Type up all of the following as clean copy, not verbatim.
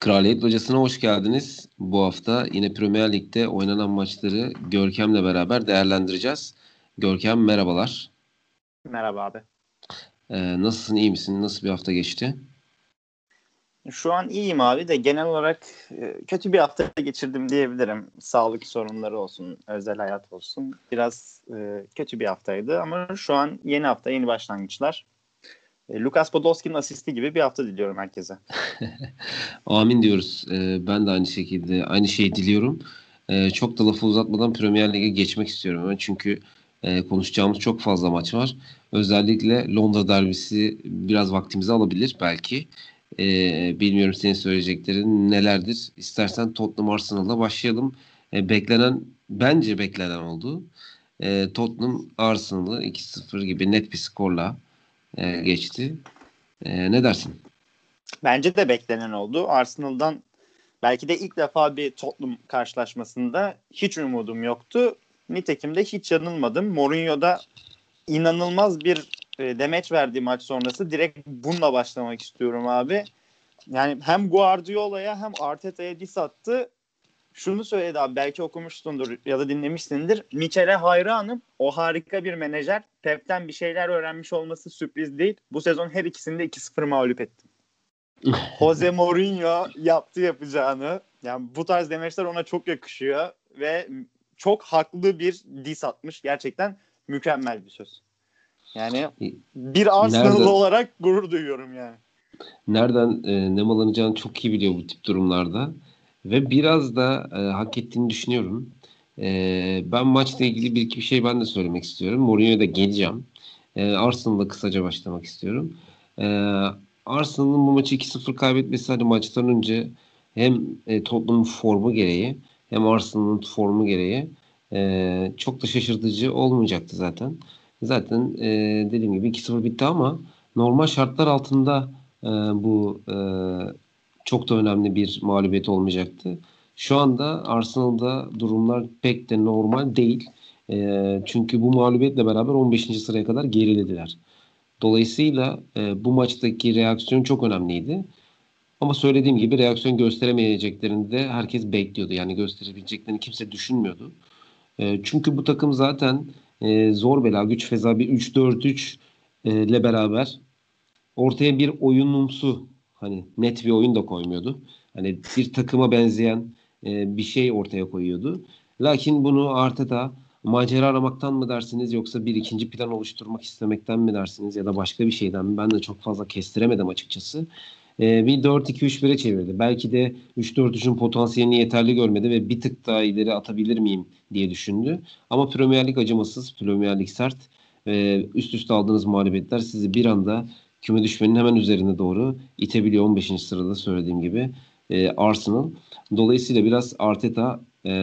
Kraliyet Locası'na hoş geldiniz. Bu hafta yine Premier Lig'de oynanan maçları Görkem'le beraber değerlendireceğiz. Görkem merhabalar. Merhaba abi. Nasılsın, iyi misin? Nasıl bir hafta geçti? Şu an iyiyim abi de genel olarak kötü bir hafta geçirdim diyebilirim. Sağlık sorunları olsun, özel hayat olsun. Biraz kötü bir haftaydı ama şu an yeni hafta, yeni başlangıçlar. Lukas Podolski'nin asisti gibi bir hafta diliyorum herkese. Amin diyoruz. Ben de aynı şekilde aynı şeyi diliyorum. Çok da lafı uzatmadan Premier Lig'e geçmek istiyorum hemen. Çünkü konuşacağımız çok fazla maç var. Özellikle Londra derbisi biraz vaktimizi alabilir belki. Bilmiyorum senin söyleyeceklerin nelerdir. İstersen Tottenham Arsenal'la başlayalım. Bence beklenen oldu. Tottenham Arsenal'ı 2-0 gibi net bir skorla geçti. Ne dersin? Bence de beklenen oldu. Arsenal'dan belki de ilk defa bir Tottenham karşılaşmasında hiç umudum yoktu. Nitekim de hiç yanılmadım. Mourinho'da inanılmaz bir demeç verdiği maç sonrası direkt bununla başlamak istiyorum abi. Yani hem Guardiola'ya hem Arteta'ya diss attı. Şunu söyledi abi, belki okumuşsundur ya da dinlemişsindir. Mikel'e hayranım. O harika bir menajer. Pep'ten bir şeyler öğrenmiş olması sürpriz değil. Bu sezon her ikisini de 2-0 mağlup ettim. Jose Mourinho yaptı yapacağını. Yani bu tarz demeçler ona çok yakışıyor ve çok haklı bir diss atmış. Gerçekten mükemmel bir söz. Yani bir Arsenal'lı Nereden olarak gurur duyuyorum yani. nereden alınacağını çok iyi biliyor bu tip durumlarda ve biraz da hak ettiğini düşünüyorum. Ben maçla ilgili bir iki şey ben de söylemek istiyorum. Mourinho'ya da geleceğim. Arsenal'la kısaca başlamak istiyorum. E, Arsenal'ın bu maçı 2-0 kaybetmesi hani maçtan önce hem Tottenham'ın formu gereği hem Arsenal'ın formu gereği çok da şaşırtıcı olmayacaktı zaten. Zaten dediğim gibi 2-0 bitti ama normal şartlar altında bu çok da önemli bir mağlubiyet olmayacaktı. Şu anda Arsenal'da durumlar pek de normal değil. Çünkü bu mağlubiyetle beraber 15. sıraya kadar gerilediler. Dolayısıyla bu maçtaki reaksiyon çok önemliydi. Ama söylediğim gibi reaksiyon gösteremeyeceklerini de herkes bekliyordu. Yani gösterebileceklerini kimse düşünmüyordu. Çünkü bu takım zaten zor bela güç feza bir 3-4-3 ile beraber ortaya bir oyunumsu hani net bir oyun da koymuyordu. Hani bir takıma benzeyen bir şey ortaya koyuyordu. Lakin bunu Arteta macera aramaktan mı dersiniz yoksa bir ikinci plan oluşturmak istemekten mi dersiniz ya da başka bir şeyden mi? Ben de çok fazla kestiremedim açıkçası. Bir 4-2-3-1'e çevirdi. Belki de 3-4-3'ün potansiyelini yeterli görmedi ve bir tık daha ileri atabilir miyim diye düşündü. Ama Premier Lig acımasız, Premier Lig sert. Üst üste aldığınız mağlubiyetler sizi bir anda küme düşmenin hemen üzerine doğru itebiliyor 15. sırada söylediğim gibi Arsenal. Dolayısıyla biraz Arteta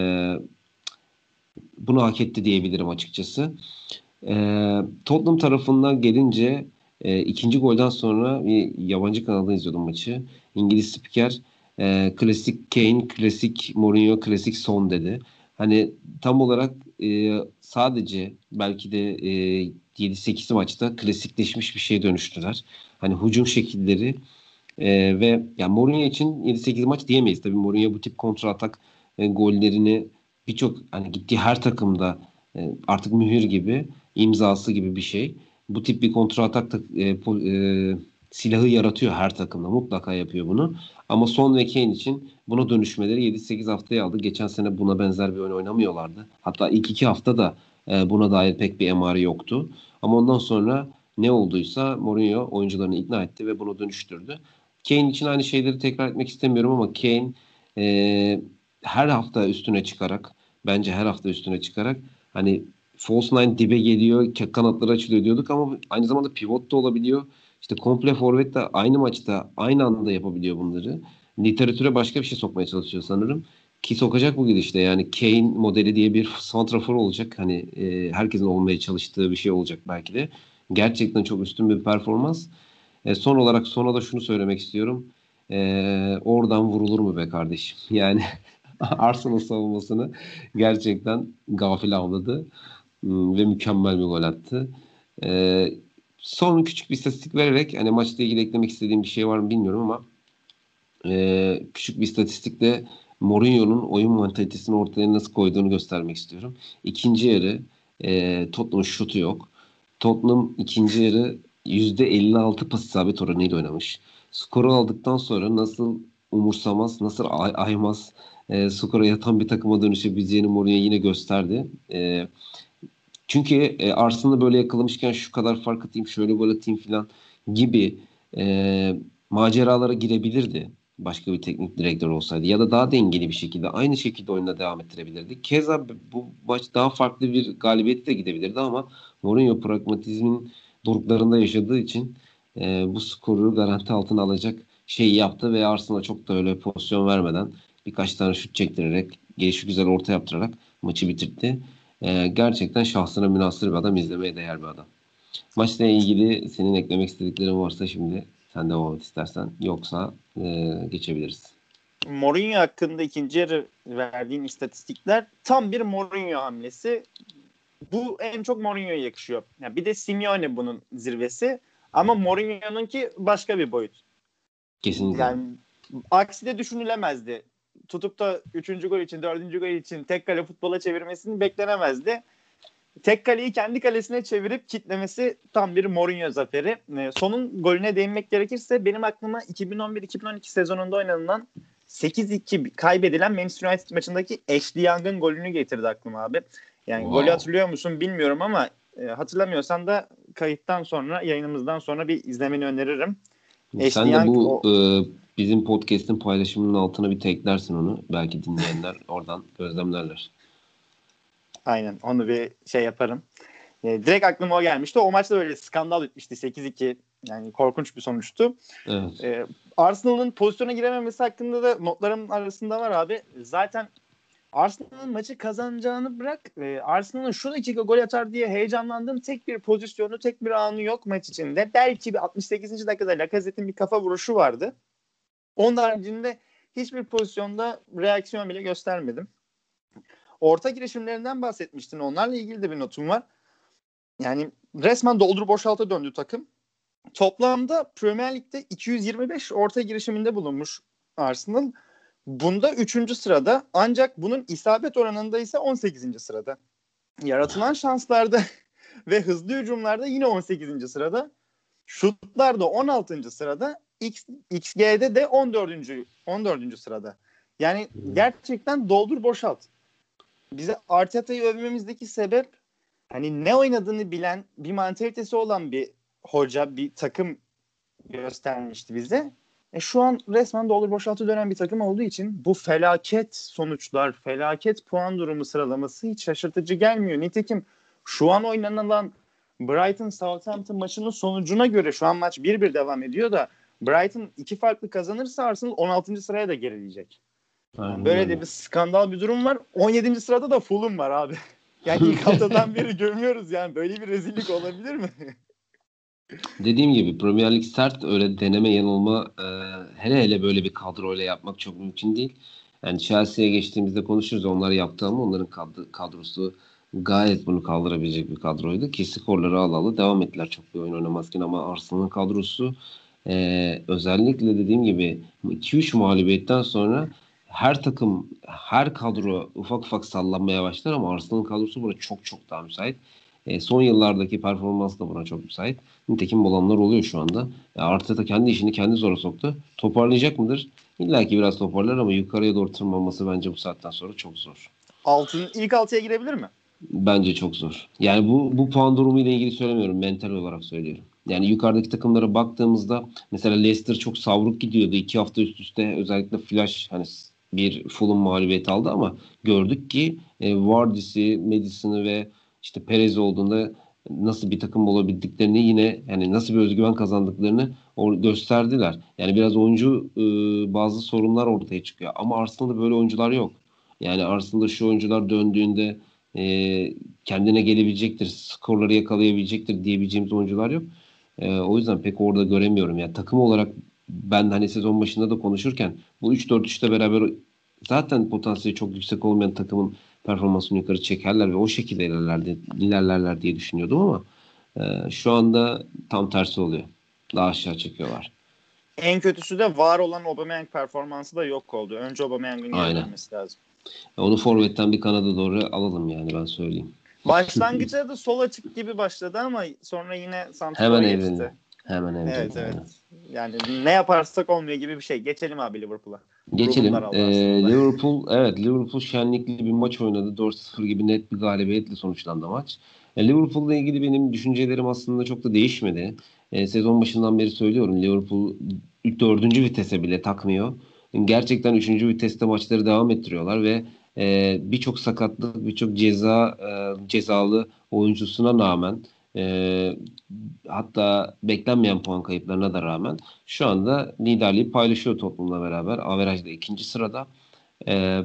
bunu hak etti diyebilirim açıkçası. Tottenham tarafından gelince ikinci golden sonra bir yabancı kanalda izliyordum maçı. İngiliz spiker klasik Kane, klasik Mourinho, klasik Son dedi. Hani tam olarak sadece belki de 7-8 maçta klasikleşmiş bir şeye dönüştüler. Hani hücum şekilleri ve yani Mourinho için 7-8 maç diyemeyiz. Tabii Mourinho bu tip kontra atak gollerini birçok hani gittiği her takımda artık mühür gibi imzası gibi bir şey. Bu tip bir kontra atak silahı yaratıyor her takımda. Mutlaka yapıyor bunu. Ama Son ve Kane için buna dönüşmeleri 7-8 haftaya aldı. Geçen sene buna benzer bir oyun oynamıyorlardı. Hatta ilk 2 hafta da buna dair pek bir emare yoktu. Ama ondan sonra ne olduysa Mourinho oyuncularını ikna etti ve bunu dönüştürdü. Kane için aynı şeyleri tekrar etmek istemiyorum ama Kane her hafta üstüne çıkarak bence her hafta üstüne çıkarak hani false nine dibe geliyor, kanatları açılıyor diyorduk ama aynı zamanda pivot da olabiliyor. İşte komple forvet de aynı maçta aynı anda yapabiliyor bunları. Literatüre başka bir şey sokmaya çalışıyor sanırım. Ki sokacak bu gidişte yani Kane modeli diye bir santrafor olacak. Hani herkesin olmaya çalıştığı bir şey olacak belki de. Gerçekten çok üstün bir performans. Son olarak sona da şunu söylemek istiyorum. Oradan vurulur mu be kardeşim? Yani Arsenal savunmasını gerçekten gafil avladı. Ve mükemmel bir gol attı. Ee, Son küçük bir istatistik vererek hani maçla ilgili eklemek istediğim bir şey var mı bilmiyorum ama küçük bir istatistikle Mourinho'nun oyun mantalitesini ortaya nasıl koyduğunu göstermek istiyorum. İkinci yarı Tottenham'ın şutu yok. Tottenham ikinci yarı %56 pas isabet oranıyla oynamış. Skoru aldıktan sonra nasıl umursamaz, nasıl aymaz skora yatan bir takıma dönüşebileceğini Mourinho yine gösterdi. Çünkü Arsenal'ı böyle yakalamışken şu kadar fark atayım, şöyle gol atayım falan gibi maceralara girebilirdi. Başka bir teknik direktör olsaydı. Ya da daha dengeli bir şekilde aynı şekilde oyuna devam ettirebilirdi. Keza bu maç daha farklı bir galibiyete de gidebilirdi ama Mourinho pragmatizmin doruklarında yaşadığı için bu skoru garanti altına alacak şeyi yaptı ve Arsenal'a çok da öyle pozisyon vermeden birkaç tane şut çektirerek, gelişi güzel orta yaptırarak maçı bitirdi. Gerçekten şahsına münhasır bir adam, izlemeye değer bir adam. Maçla ilgili senin eklemek istediklerin varsa şimdi sen devam et istersen. Yoksa geçebiliriz. Mourinho hakkında ikinci yarı verdiğin istatistikler tam bir Mourinho hamlesi. Bu en çok Mourinho'ya yakışıyor. Yani bir de Simeone bunun zirvesi. Ama Mourinho'nunki başka bir boyut. Kesinlikle. Yani aksi de düşünülemezdi. Tutup da 3. gol için, 4. gol için tek kale futbola çevirmesini beklenemezdi. Tek kaleyi kendi kalesine çevirip kitlemesi tam bir Mourinho zaferi. Sonun golüne değinmek gerekirse benim aklıma 2011-2012 sezonunda oynanılan 8-2 kaybedilen Manchester United maçındaki Ashley Young'ın golünü getirdi aklıma abi. Yani golü hatırlıyor musun bilmiyorum ama hatırlamıyorsan da kayıttan sonra, yayınımızdan sonra bir izlemeni öneririm. Sen Ashley de Young bu bizim podcast'in paylaşımının altına bir teklersin onu. Belki dinleyenler oradan gözlemlerler. aynen onu bir şey yaparım. Direkt aklıma o gelmişti. O maçta böyle skandal bitmişti 8-2. Yani korkunç bir sonuçtu. Evet. Arsenal'ın pozisyona girememesi hakkında da notlarım arasında var abi. Zaten Arsenal'ın maçı kazanacağını bırak. Arsenal'ın şu dakika gol atar diye heyecanlandığım tek bir pozisyonu, tek bir anı yok maç içinde. Belki bir 68. dakikada Lacazette'in bir kafa vuruşu vardı. Onun haricinde hiçbir pozisyonda reaksiyon bile göstermedim. Orta girişimlerinden bahsetmiştin. Onlarla ilgili de bir notum var. Yani resmen doldur boşalta döndü takım. Toplamda Premier Lig'de 225 orta girişiminde bulunmuş Arsenal. Bunda 3. sırada, ancak bunun isabet oranında ise 18. sırada. Yaratılan şanslarda ve hızlı hücumlarda yine 18. sırada. Şutlarda 16. sırada. XG'de de 14. sırada. Yani gerçekten doldur boşalt. Bize Arteta'yı övmemizdeki sebep, hani ne oynadığını bilen, bir mantalitesi olan bir hoca, bir takım göstermişti bize. Şu an resmen doldur boşaltı dönen bir takım olduğu için bu felaket sonuçlar, felaket puan durumu sıralaması hiç şaşırtıcı gelmiyor. Nitekim şu an oynanan Brighton Southampton maçının sonucuna göre şu an maç 1-1 devam ediyor da Brighton 2 farklı kazanırsa Arsenal 16. sıraya da gerileyecek. Yani böyle de bir skandal bir durum var. 17. sırada da Fulham var abi. Yani ilk haftadan beri gömüyoruz yani. Böyle bir rezillik olabilir mi? Dediğim gibi Premier Lig sert, öyle deneme yanılma hele hele böyle bir kadroyla yapmak çok mümkün değil. Yani Chelsea'ye geçtiğimizde konuşuruz, onlar yaptı ama onların kadrosu gayet bunu kaldırabilecek bir kadroydu ki skorları alalı devam ettiler çok bir oyun oynamazken, ama Arsenal'ın kadrosu özellikle dediğim gibi 2-3 mağlubiyetten sonra her takım, her kadro ufak ufak sallanmaya başlar ama Arsenal'ın kadrosu buna çok çok daha müsait. Son yıllardaki performans da buna çok müsait. Nitekim olanlar oluyor şu anda. Arteta kendi işini kendi zora soktu. Toparlayacak mıdır? İlla ki biraz toparlar ama yukarıya doğru tırmanması bence bu saatten sonra çok zor. İlk 6'ya girebilir mi? Bence çok zor. Yani bu puan durumu ile ilgili söylemiyorum. Mental olarak söylüyorum. Yani yukarıdaki takımlara baktığımızda mesela Leicester çok savruk gidiyordu. 2 hafta üst üste özellikle flash hani bir Fulham mağlubiyeti aldı ama gördük ki Vardis'i, Madison'ı ve işte Perez olduğunda nasıl bir takım olabildiklerini, yine yani nasıl bir özgüven kazandıklarını gösterdiler. Yani biraz oyuncu bazı sorunlar ortaya çıkıyor. Ama Arsenal'da böyle oyuncular yok. Yani Arsenal'da şu oyuncular döndüğünde kendine gelebilecektir, skorları yakalayabilecektir diyebileceğimiz oyuncular yok. O yüzden pek orada göremiyorum. Yani takım olarak ben hani sezon başında da konuşurken bu 3-4-3'te beraber zaten potansiyeli çok yüksek olmayan takımın performansını yukarı çekerler ve o şekilde ilerlerler diye düşünüyordum ama şu anda tam tersi oluyor. Daha aşağı çekiyorlar. En kötüsü de var olan Aubameyang performansı da yok oldu. Önce Aubameyang'ın geri Aynen. dönmesi lazım. Onu forvetten bir kanada doğru alalım yani, ben söyleyeyim. Başlangıçta da sol açık gibi başladı ama sonra yine Hemen santrora evrildi. geçti. Hemen Evet, evrildi. evet. Aynen. Yani ne yaparsak olmuyor gibi bir şey. Geçelim abi Liverpool'a. Ruhum Geçelim. daraldı aslında. Liverpool şenlikli bir maç oynadı. 4-0 gibi net bir galibiyetle sonuçlandı maç. Liverpool'la ilgili benim düşüncelerim aslında çok da değişmedi. Sezon başından beri söylüyorum. Liverpool dördüncü vitese bile takmıyor. Gerçekten üçüncü viteste maçları devam ettiriyorlar ve birçok sakatlık, birçok cezalı oyuncusuna rağmen, e, hatta beklenmeyen puan kayıplarına da rağmen şu anda liderliği paylaşıyor Tottenham'la beraber. Averajda ikinci sırada. Ee,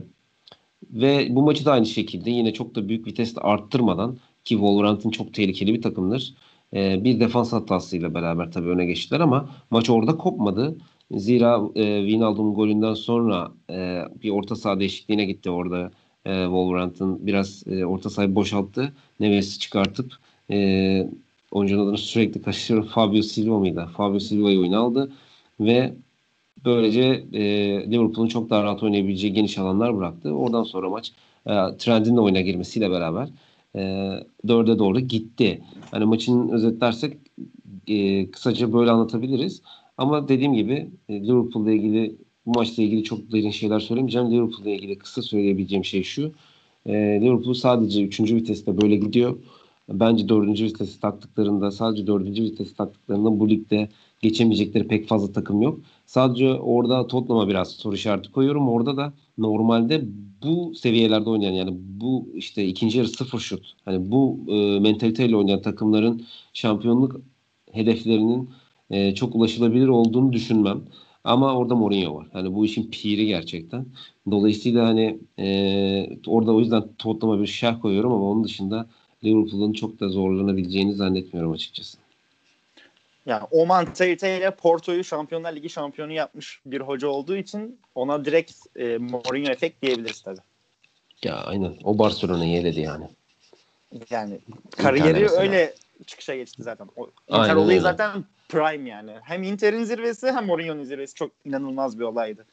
Ve bu maçı da aynı şekilde yine çok da büyük viteste arttırmadan, ki Wolverhampton çok tehlikeli bir takımdır, bir defans hatasıyla beraber tabii öne geçtiler ama maç orada kopmadı. Zira Wijnaldum golünden sonra bir orta saha değişikliğine gitti orada. Wolverhampton biraz orta sahayı boşalttı. Neves'i çıkartıp, oyuncunun adını sürekli kaçırıyorum. Fabio Silva mıydı? Fabio Silva'yı oyuna aldı ve böylece Liverpool'un çok daha rahat oynayabileceği geniş alanlar bıraktı. Oradan sonra maç Trent'in de oyuna girmesiyle beraber e, 4'e doğru gitti. Hani maçın özetlersek kısaca böyle anlatabiliriz. Ama dediğim gibi Liverpool'la ilgili, bu maçla ilgili çok derin şeyler söylemeyeceğim. Liverpool'la ilgili kısa söyleyebileceğim şey şu: Liverpool sadece 3. viteste böyle gidiyor. Bence 4. vitesi taktıklarında, sadece 4. vitesi taktıklarında bu ligde geçemeyecekleri pek fazla takım yok. Sadece orada Tottenham'a biraz soru işareti koyuyorum. Orada da normalde bu seviyelerde oynayan, yani bu işte ikinci yarı sıfır şut, hani bu mentaliteyle oynayan takımların şampiyonluk hedeflerinin çok ulaşılabilir olduğunu düşünmem. Ama orada Mourinho var. Hani bu işin piri gerçekten. Dolayısıyla hani orada o yüzden Tottenham'a bir şerh koyuyorum ama onun dışında Liverpool'un çok da zorlanabileceğini zannetmiyorum açıkçası. Yani o mantaliteyle Porto'yu Şampiyonlar Ligi şampiyonu yapmış bir hoca olduğu için ona direkt Mourinho efekt diyebiliriz tabii. Ya aynen. O Barcelona'yı eledi yani. Yani Inter'le kariyeri mesela. öyle çıkışa geçti zaten. O Inter Aynen olayı öyle. zaten prime yani. Hem Inter'in zirvesi hem Mourinho'nun zirvesi, çok inanılmaz bir olaydı.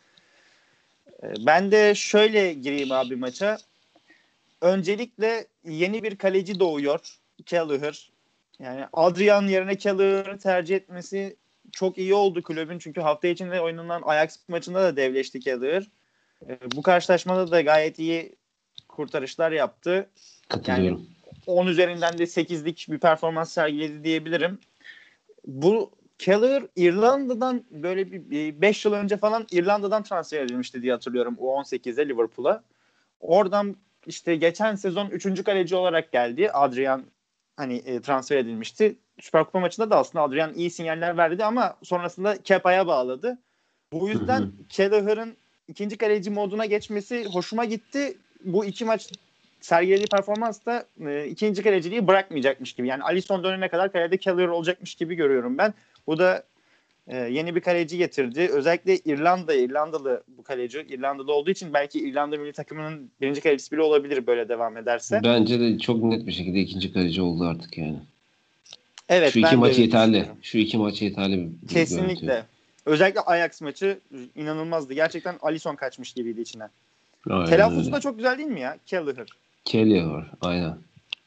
Ben de şöyle gireyim abi maça. Öncelikle yeni bir kaleci doğuyor. Kelleher. Yani Adrian yerine Kelleher'ı tercih etmesi çok iyi oldu kulübün. Çünkü hafta içinde oynanan Ajax maçında da devleşti Kelleher. Bu karşılaşmada da gayet iyi kurtarışlar yaptı. Yani Katılıyorum. 10 üzerinden de 8'lik bir performans sergiledi diyebilirim. Bu Kelleher İrlanda'dan böyle bir 5 yıl önce falan İrlanda'dan transfer edilmişti diye hatırlıyorum U18'de Liverpool'a. Oradan işte geçen sezon 3. kaleci olarak geldi. Adrian hani transfer edilmişti. Süper Kupa maçında da aslında Adrian iyi sinyaller verdi ama sonrasında Kepa'ya bağladı. Bu Hı yüzden hı. Kelleher'ın ikinci kaleci moduna geçmesi hoşuma gitti. Bu iki maç sergilediği performans da ikinci kaleciliği bırakmayacakmış gibi. Yani Alisson dönene kadar kalede Kelleher olacakmış gibi görüyorum ben. Bu da yeni bir kaleci getirdi. Özellikle İrlandalı bu kaleci. İrlandalı olduğu için belki İrlanda milli takımının birinci kalecisi bile olabilir böyle devam ederse. Bence de çok net bir şekilde ikinci kaleci oldu artık yani. Şu Evet, iki ben de maç öyle yeterli. düşünüyorum. Şu iki maç yeterli bir görüntü. Kesinlikle. Özellikle Ajax maçı inanılmazdı. Gerçekten Alisson kaçmış gibiydi içine. Aynen Telaffuzu öyle. da çok güzel değil mi ya? Kelleher. Kelleher. Aynen.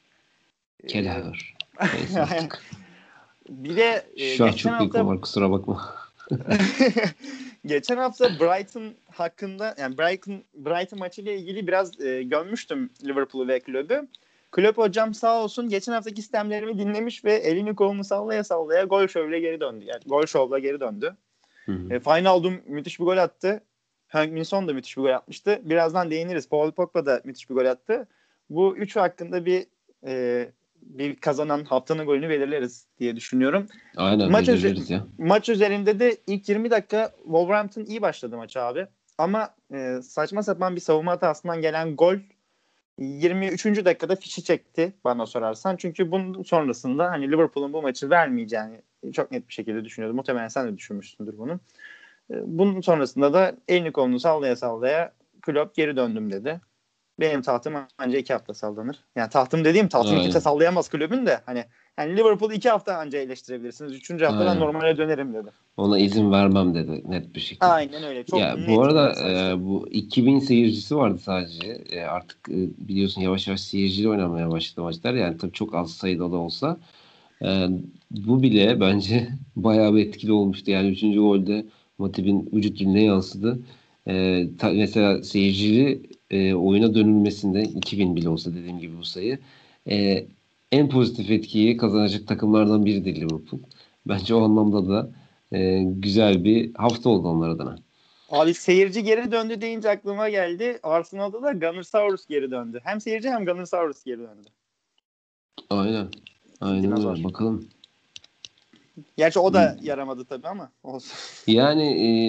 Ee, Kelleher. Neyse artık. bir de Şu an geçen çok uykum hafta var, kusura bakma. geçen hafta Brighton hakkında, yani Brighton maçıyla ilgili biraz gömmüştüm Liverpool'u ve kulübü. Kulüp hocam sağ olsun geçen haftaki sistemlerimi dinlemiş ve elini kolunu sallaya sallaya gol şovuyla geri döndü. Yani gol şovla geri döndü. Hı hı. Wijnaldum müthiş bir gol attı. Heung-min Son da müthiş bir gol atmıştı. Birazdan değiniriz. Paul Pogba da müthiş bir gol attı. Bu üçü hakkında bir kazanan haftanın golünü belirleriz diye düşünüyorum. Aynen, Maç, belirleriz ya. maç üzerinde de ilk 20 dakika Wolverhampton iyi başladı maça abi. Ama saçma sapan bir savunma hatasından gelen gol 23. dakikada fişi çekti bana sorarsan. Çünkü bunun sonrasında hani Liverpool'un bu maçı vermeyeceğini çok net bir şekilde düşünüyordum. Muhtemelen sen de düşünmüşsündür bunu. Bunun sonrasında da elini kolunu sallaya sallaya Klopp geri döndüm dedi. Benim tahtım ancak 2 hafta sallanır. Yani tahtım dediğim tahtını kimse Aynen. sallayamaz kulübün de. Hani Yani Liverpool'u 2 hafta anca eleştirebilirsiniz. 3. haftadan Aynen. normale dönerim dedi. Ona izin vermem dedi net bir şekilde. Aynen öyle. Çok Ya bu net bir arada mesajdı. bu 2000 seyircisi vardı sadece. Artık biliyorsun yavaş yavaş seyirciyle oynamaya başladı maçlar. Yani tabii çok az sayıda da olsa. E, Bu bile bence bayağı bir etkili olmuştu. Yani 3. golde Matip'in vücut diline yansıdı. Mesela seyircili oyuna dönülmesinde 2000 bile olsa dediğim gibi bu sayı e, en pozitif etkiyi kazanacak takımlardan biridir Liverpool. Bence o anlamda da güzel bir hafta oldu onlar adına. Abi seyirci geri döndü deyince aklıma geldi. Arsenal'da da Gunnersaurus geri döndü. Hem seyirci hem Gunnersaurus geri döndü. Aynen. Aynen öyle. Dinozor. Bakalım. Gerçi o da yaramadı tabii ama olsun. Yani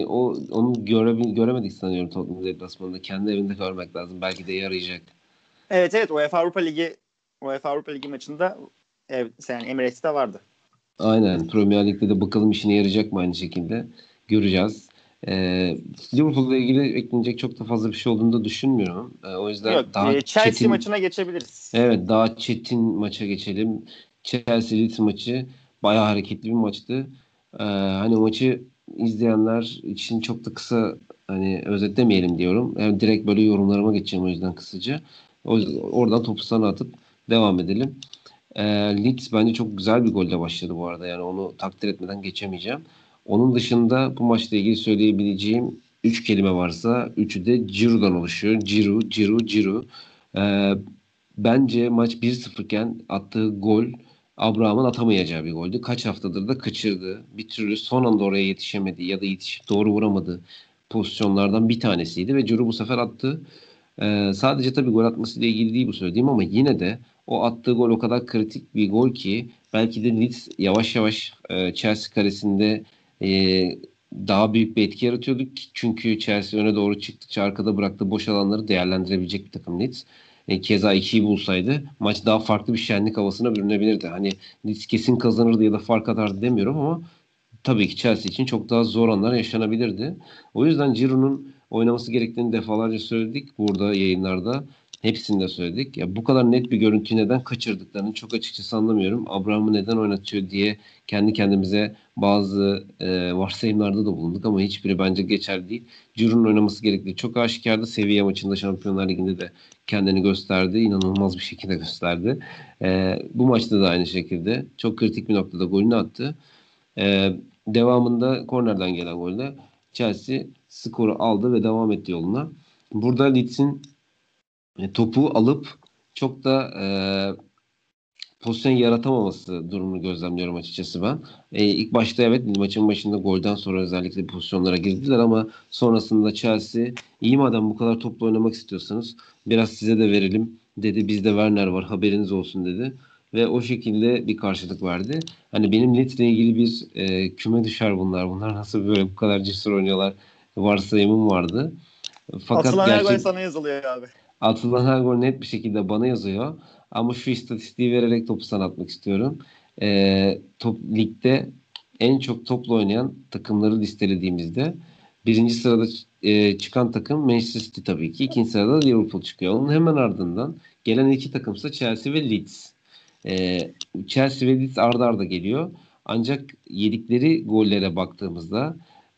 onu göremedik sanıyorum Tottenham deplasmanında. Kendi evinde görmek lazım. Belki de yarayacak. Evet UEFA Avrupa Ligi maçında yani Emirates'te vardı. Aynen. Premier Lig'de de bakalım işine yarayacak mı aynı şekilde. Göreceğiz. E, Liverpool'la ilgili eklenecek çok da fazla bir şey olduğunu da düşünmüyorum. O yüzden Yok, daha Chelsea çetin. maçına geçebiliriz. Evet, daha çetin maça geçelim. Chelsea Leeds maçı bayağı hareketli bir maçtı. Hani maçı izleyenler için çok da kısa hani özetlemeyelim diyorum. Yani direkt böyle yorumlarıma geçeceğim o yüzden kısaca. Oradan topu sana atıp devam edelim. Leeds bence çok güzel bir golle başladı bu arada. Yani onu takdir etmeden geçemeyeceğim. Onun dışında bu maçla ilgili söyleyebileceğim 3 kelime varsa üçü de Ciro'dan oluşuyor. Ciro, Ciro, Ciro. Ee, Bence maç 1-0 iken attığı gol Abraham'ın atamayacağı bir goldü. Kaç haftadır da kaçırdı. Bir türlü son anda oraya yetişemedi ya da yetişip doğru vuramadı pozisyonlardan bir tanesiydi ve Ciro bu sefer attı. Sadece tabii gol atmasıyla ilgili değil bu söylediğim ama yine de o attığı gol o kadar kritik bir gol ki belki de Leeds yavaş yavaş Chelsea karesinde e, daha büyük bir etki yaratıyordu. Çünkü Chelsea öne doğru çıktıkça arkada bıraktığı boş alanları değerlendirebilecek bir takım Leeds. Keza 2'yi bulsaydı maç daha farklı bir şenlik havasına bürünebilirdi. Hani Leeds kesin kazanırdı ya da fark atardı demiyorum ama tabii ki Chelsea için çok daha zor anlar yaşanabilirdi. O yüzden Giroud'un oynaması gerektiğini defalarca söyledik burada yayınlarda. Hepsini de söyledik. Ya bu kadar net bir görüntüyü neden kaçırdıklarını çok açıkçası anlamıyorum. Abraham'ı neden oynatıyor diye kendi kendimize bazı varsayımlarda da bulunduk ama hiçbiri bence geçerli değil. Giroud'un oynaması gerektiği çok aşikardı. Seviye maçında Şampiyonlar Ligi'nde de kendini gösterdi. İnanılmaz bir şekilde gösterdi. Bu maçta da aynı şekilde çok kritik bir noktada golünü attı. Devamında kornerden gelen golle Chelsea skoru aldı ve devam etti yoluna. Burada Leeds'in topu alıp çok da pozisyon yaratamaması durumunu gözlemliyorum açıkçası ben. İlk başta evet maçın başında golden sonra özellikle pozisyonlara girdiler ama sonrasında Chelsea iyi madem bu kadar toplu oynamak istiyorsanız biraz size de verelim dedi. Bizde Werner var haberiniz olsun dedi. Ve o şekilde bir karşılık verdi. Hani benim Leeds'le ilgili bir küme düşer bunlar. Bunlar nasıl böyle bu kadar cesur oynuyorlar varsayımım vardı. Fakat Atılan her gol gerçek sana yazılıyor abi. atılan her gol net bir şekilde bana yazıyor. Ama şu istatistiği vererek topu sana atmak istiyorum. Ligde en çok topla oynayan takımları listelediğimizde birinci sırada çıkan takım Manchester City tabii ki. İkinci sırada Liverpool çıkıyor. Onun hemen ardından gelen iki takımsa Chelsea ve Leeds. Chelsea ve Leeds arda arda geliyor. Ancak yedikleri gollere baktığımızda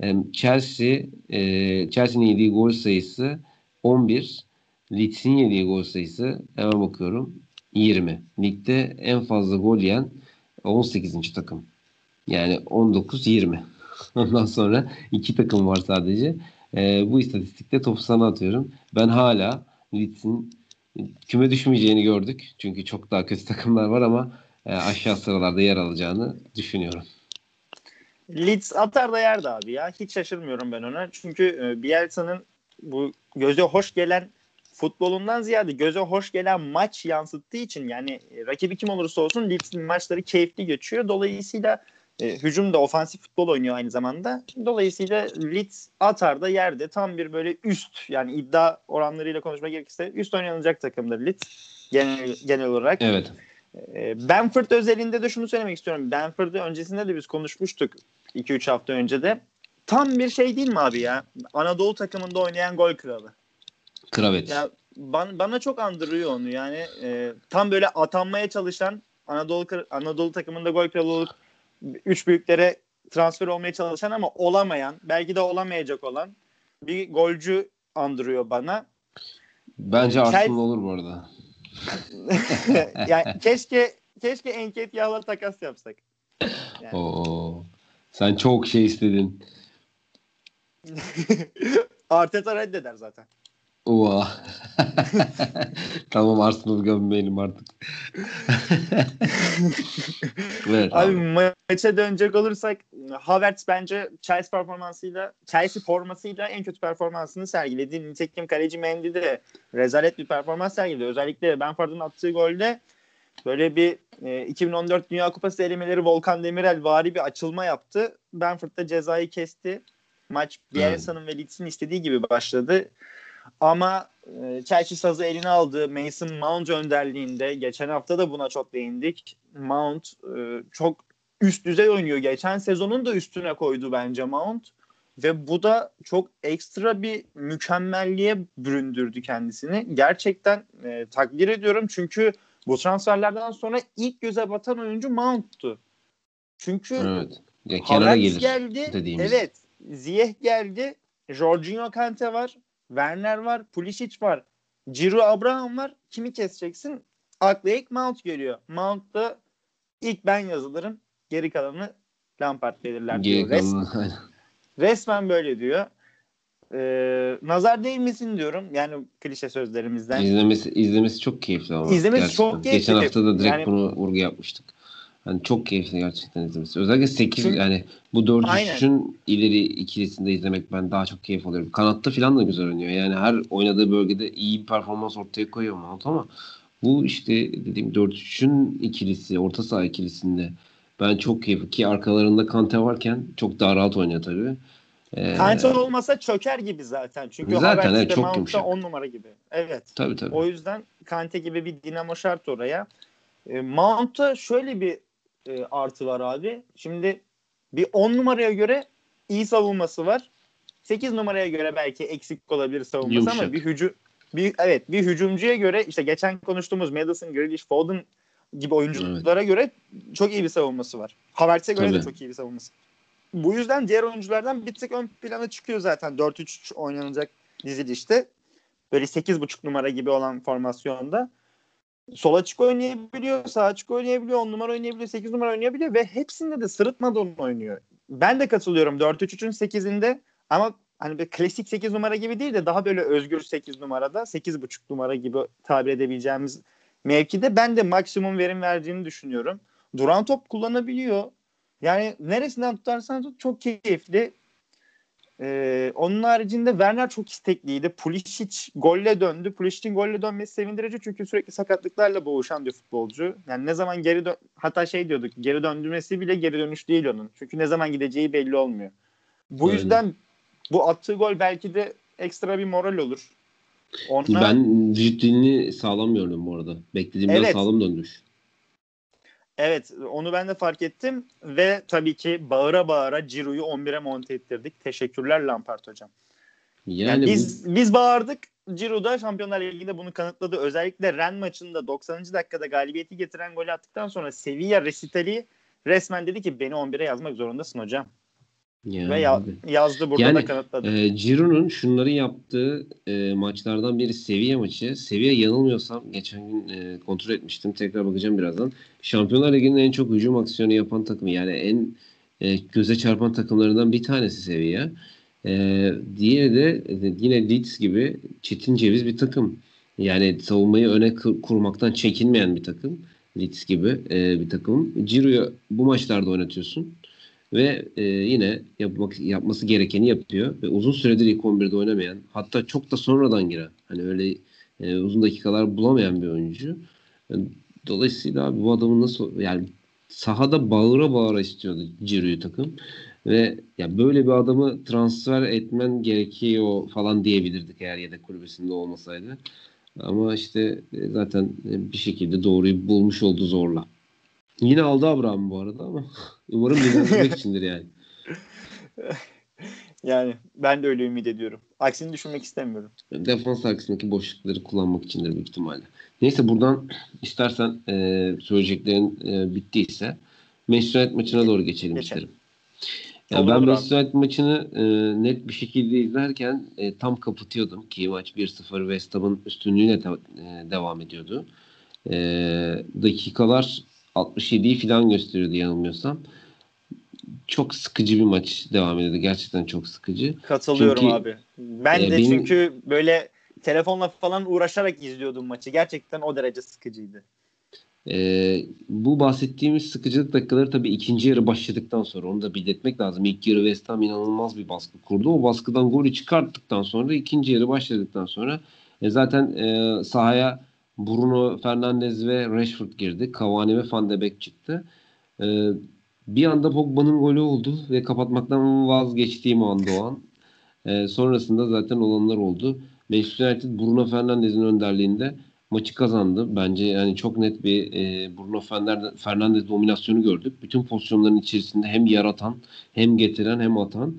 Chelsea'nin yediği gol sayısı 11. Leeds'in yediği gol sayısı hemen bakıyorum 20. Ligde en fazla gol yiyen 18. takım. Yani 19-20. Ondan sonra iki takım var sadece. Bu istatistikte topu sana atıyorum. Ben hala Leeds'in küme düşmeyeceğini gördük. Çünkü çok daha kötü takımlar var ama aşağı sıralarda yer alacağını düşünüyorum. Leeds atar da yerdi abi ya. Hiç şaşırmıyorum ben ona. Çünkü Bielsa'nın bu göze hoş gelen futbolundan ziyade göze hoş gelen maç yansıttığı için yani rakibi kim olursa olsun Leeds'in maçları keyifli geçiyor. Dolayısıyla hücum da ofansif futbol oynuyor aynı zamanda. Dolayısıyla Leeds atar da yerde tam bir böyle üst yani iddia oranlarıyla konuşmak gerekirse üst oynanacak takımdır Leeds genel olarak. Evet. Bamford özelinde de şunu söylemek istiyorum. Bamford'u öncesinde de biz konuşmuştuk 2-3 hafta önce de. Tam bir şey değil mi abi ya? Anadolu takımında oynayan gol kralı. Kravet. Ya bana çok andırıyor onu yani. Tam böyle atanmaya çalışan Anadolu takımında gol kralı olup 3 büyüklere transfer olmaya çalışan ama olamayan, belki de olamayacak olan bir golcü andırıyor bana. Bence Arsenal olur bu arada. Yani keşke Enketya'la takas yapsak. Yani. Oo. Sen çok şey istedin. Arteta reddeder zaten. Oha. Tamam, Arsenal gömmeyelim artık. Evet Abi abi. maça dönecek olursak Havertz bence Chelsea formasıyla en kötü performansını sergiledi. Nitekim kaleci Mendy de rezalet bir performans sergiledi. Özellikle Benford'un attığı golde böyle bir 2014 Dünya Kupası elemeleri Volkan Demirel vari bir açılma yaptı. Benford da cezayı kesti. Maç Evet. Bielsa'nın ve Leeds'in istediği gibi başladı. Ama Chelsea sazı eline aldı. Mason Mount önderliğinde. Geçen hafta da buna çok değindik. Mount çok üst düzey oynuyor. Geçen sezonun da üstüne koydu bence Mount. Ve bu da çok ekstra bir mükemmelliğe büründürdü kendisini. Gerçekten takdir ediyorum. Çünkü bu transferlerden sonra ilk göze batan oyuncu Mount'tu. Çünkü Evet. Ya kenara Havertz gelir geldi. dediğimiz. Evet. Ziyech geldi. Jorginho Kante var. Werner var. Pulisic var. Ciro Abraham var. Kimi keseceksin? Akla ilk Mount geliyor. Mount da ilk ben yazılırım. Geri kalanı Lampard belirler Geri diyor. kalanı. Resmen böyle diyor. Nazar değmesin diyorum. Yani klişe sözlerimizden. İzlemesi çok keyifli ama İzlemesi çok gerçekten. Geçen keyifli. hafta da direkt Yani bunu vurgu yapmıştık. Hani çok keyifli gerçekten izlemesi. Özellikle 8, çünkü yani bu 4 aynen. 3'ün ileri ikilisinde izlemek ben daha çok keyif alıyorum. Kanatta falan da güzel oynuyor. Yani her oynadığı bölgede iyi bir performans ortaya koyuyor Mount ama bu işte dediğim 4-3'ün ikilisi, orta saha ikilisinde ben çok keyifli, ki arkalarında Kante varken çok daha rahat oynuyor tabii. Kante Ee, olmasa çöker gibi zaten. Çünkü zaten Havertz evet, de çok Mount da 10 yumuşak. numara gibi. Evet. Tabii tabii. O yüzden Kante gibi bir dinamo şart oraya. Mount'ta şöyle bir artı var abi. Şimdi bir 10 numaraya göre iyi savunması var. 8 numaraya göre belki eksik olabilir savunması ama Yumuşak. bir hücumcuya göre işte geçen konuştuğumuz Maddison, Grealish, Foden gibi Evet. oyunculara göre çok iyi bir savunması var. Havertz'e göre de Tabii. çok iyi bir savunması. Bu yüzden diğer oyunculardan bir tık ön plana çıkıyor zaten 4-3-3 oynanacak dizilişte. Böyle 8,5 numara gibi olan formasyonda. Sol açık oynayabiliyor, sağ açık oynayabiliyor, 10 numara oynayabiliyor, 8 numara oynayabiliyor ve hepsinde de sırıtmadan oynuyor. Ben de katılıyorum 4-3-3'ün 8'inde ama hani bir klasik 8 numara gibi değil de daha böyle özgür 8 numarada 8,5 numara gibi tabir edebileceğimiz mevkide ben de maksimum verim verdiğini düşünüyorum. Duran top kullanabiliyor. Yani neresinden tutarsan tut çok keyifli. Onun haricinde Werner çok istekliydi. Pulisic golle döndü. Pulisic'in golle dönmesi sevindirici çünkü sürekli sakatlıklarla boğuşan bir futbolcu. Yani ne zaman hatta şey diyorduk, geri döndürmesi bile geri dönüş değil onun. Çünkü ne zaman gideceği belli olmuyor. Bu Aynen. yüzden bu attığı gol belki de ekstra bir moral olur. Ona Ben vücut dilini sağlam gördüm bu arada. Beklediğimden evet, sağlam dönmüş. evet, onu ben de fark ettim ve tabii ki bağıra bağıra Ciro'yu 11'e monte ettirdik. Teşekkürler Lampard hocam. Yani Yani bu biz bağırdık. Ciro da Şampiyonlar Ligi'nde bunu kanıtladı. Özellikle Rennes maçında 90. dakikada galibiyeti getiren golü attıktan sonra Sevilla resitali resmen dedi ki beni 11'e yazmak zorundasın hocam. Ve yani abi. yazdı, burada da Yani kanıtladı. Ciro'nun şunları yaptığı maçlardan biri Sevilla maçı. Sevilla, yanılmıyorsam geçen gün kontrol etmiştim. Tekrar bakacağım birazdan. Şampiyonlar Ligi'nin en çok hücum aksiyonu yapan takımı. Yani en göze çarpan takımlarından bir tanesi Sevilla. Diğeri de yine Leeds gibi çetin ceviz bir takım. Yani savunmayı öne kurmaktan çekinmeyen bir takım. Leeds gibi bir takım. Ciro'yu bu maçlarda oynatıyorsun. Ve yine yapması gerekeni yapıyor. Ve uzun süredir ilk 11'de oynamayan, hatta çok da sonradan giren, hani öyle uzun dakikalar bulamayan bir oyuncu. Yani dolayısıyla abi bu adamın nasıl, yani sahada bağıra bağıra istiyordu Ciro'yu takım. Ve ya böyle bir adamı transfer etmen gerekiyor falan diyebilirdik eğer yedek kulübesinde olmasaydı. Ama işte zaten bir şekilde doğruyu bulmuş oldu zorla. Yine aldı Abraham bu arada ama umarım dinlendirmek içindir yani. Yani ben de öyle ümit ediyorum. Aksini düşünmek istemiyorum. Defans arkasındaki boşlukları kullanmak içindir büyük ihtimalle. Neyse buradan istersen söyleyeceklerin bittiyse Manchester United maçına doğru geçelim Geçelim. isterim. Yani Olur ben olur abi. Manchester United maçını net bir şekilde izlerken tam kapatıyordum ki maç 1-0 West Ham'ın üstünlüğüyle devam ediyordu. Dakikalar 67'yi falan gösteriyordu yanılmıyorsam. Çok sıkıcı bir maç devam ediyordu. Gerçekten çok sıkıcı. Katılıyorum Çünkü abi. Ben de benim çünkü böyle telefonla falan uğraşarak izliyordum maçı. Gerçekten o derece sıkıcıydı. bu bahsettiğimiz sıkıcılık dakikaları tabii ikinci yarı başladıktan sonra onu da belirtmek lazım. İlk yarı West Ham inanılmaz bir baskı kurdu. O baskıdan golü çıkarttıktan sonra ikinci yarı başladıktan sonra zaten sahaya Bruno Fernandes ve Rashford girdi. Cavani ve Van de Beek çıktı. E, bir anda Pogba'nın golü oldu ve kapatmaktan vazgeçtiğim anda o an. Sonrasında zaten olanlar oldu. Manchester United Bruno Fernandes'in önderliğinde maçı kazandı. Bence yani çok net bir Bruno Fernandes dominasyonu gördük. Bütün pozisyonların içerisinde hem yaratan hem getiren hem atan.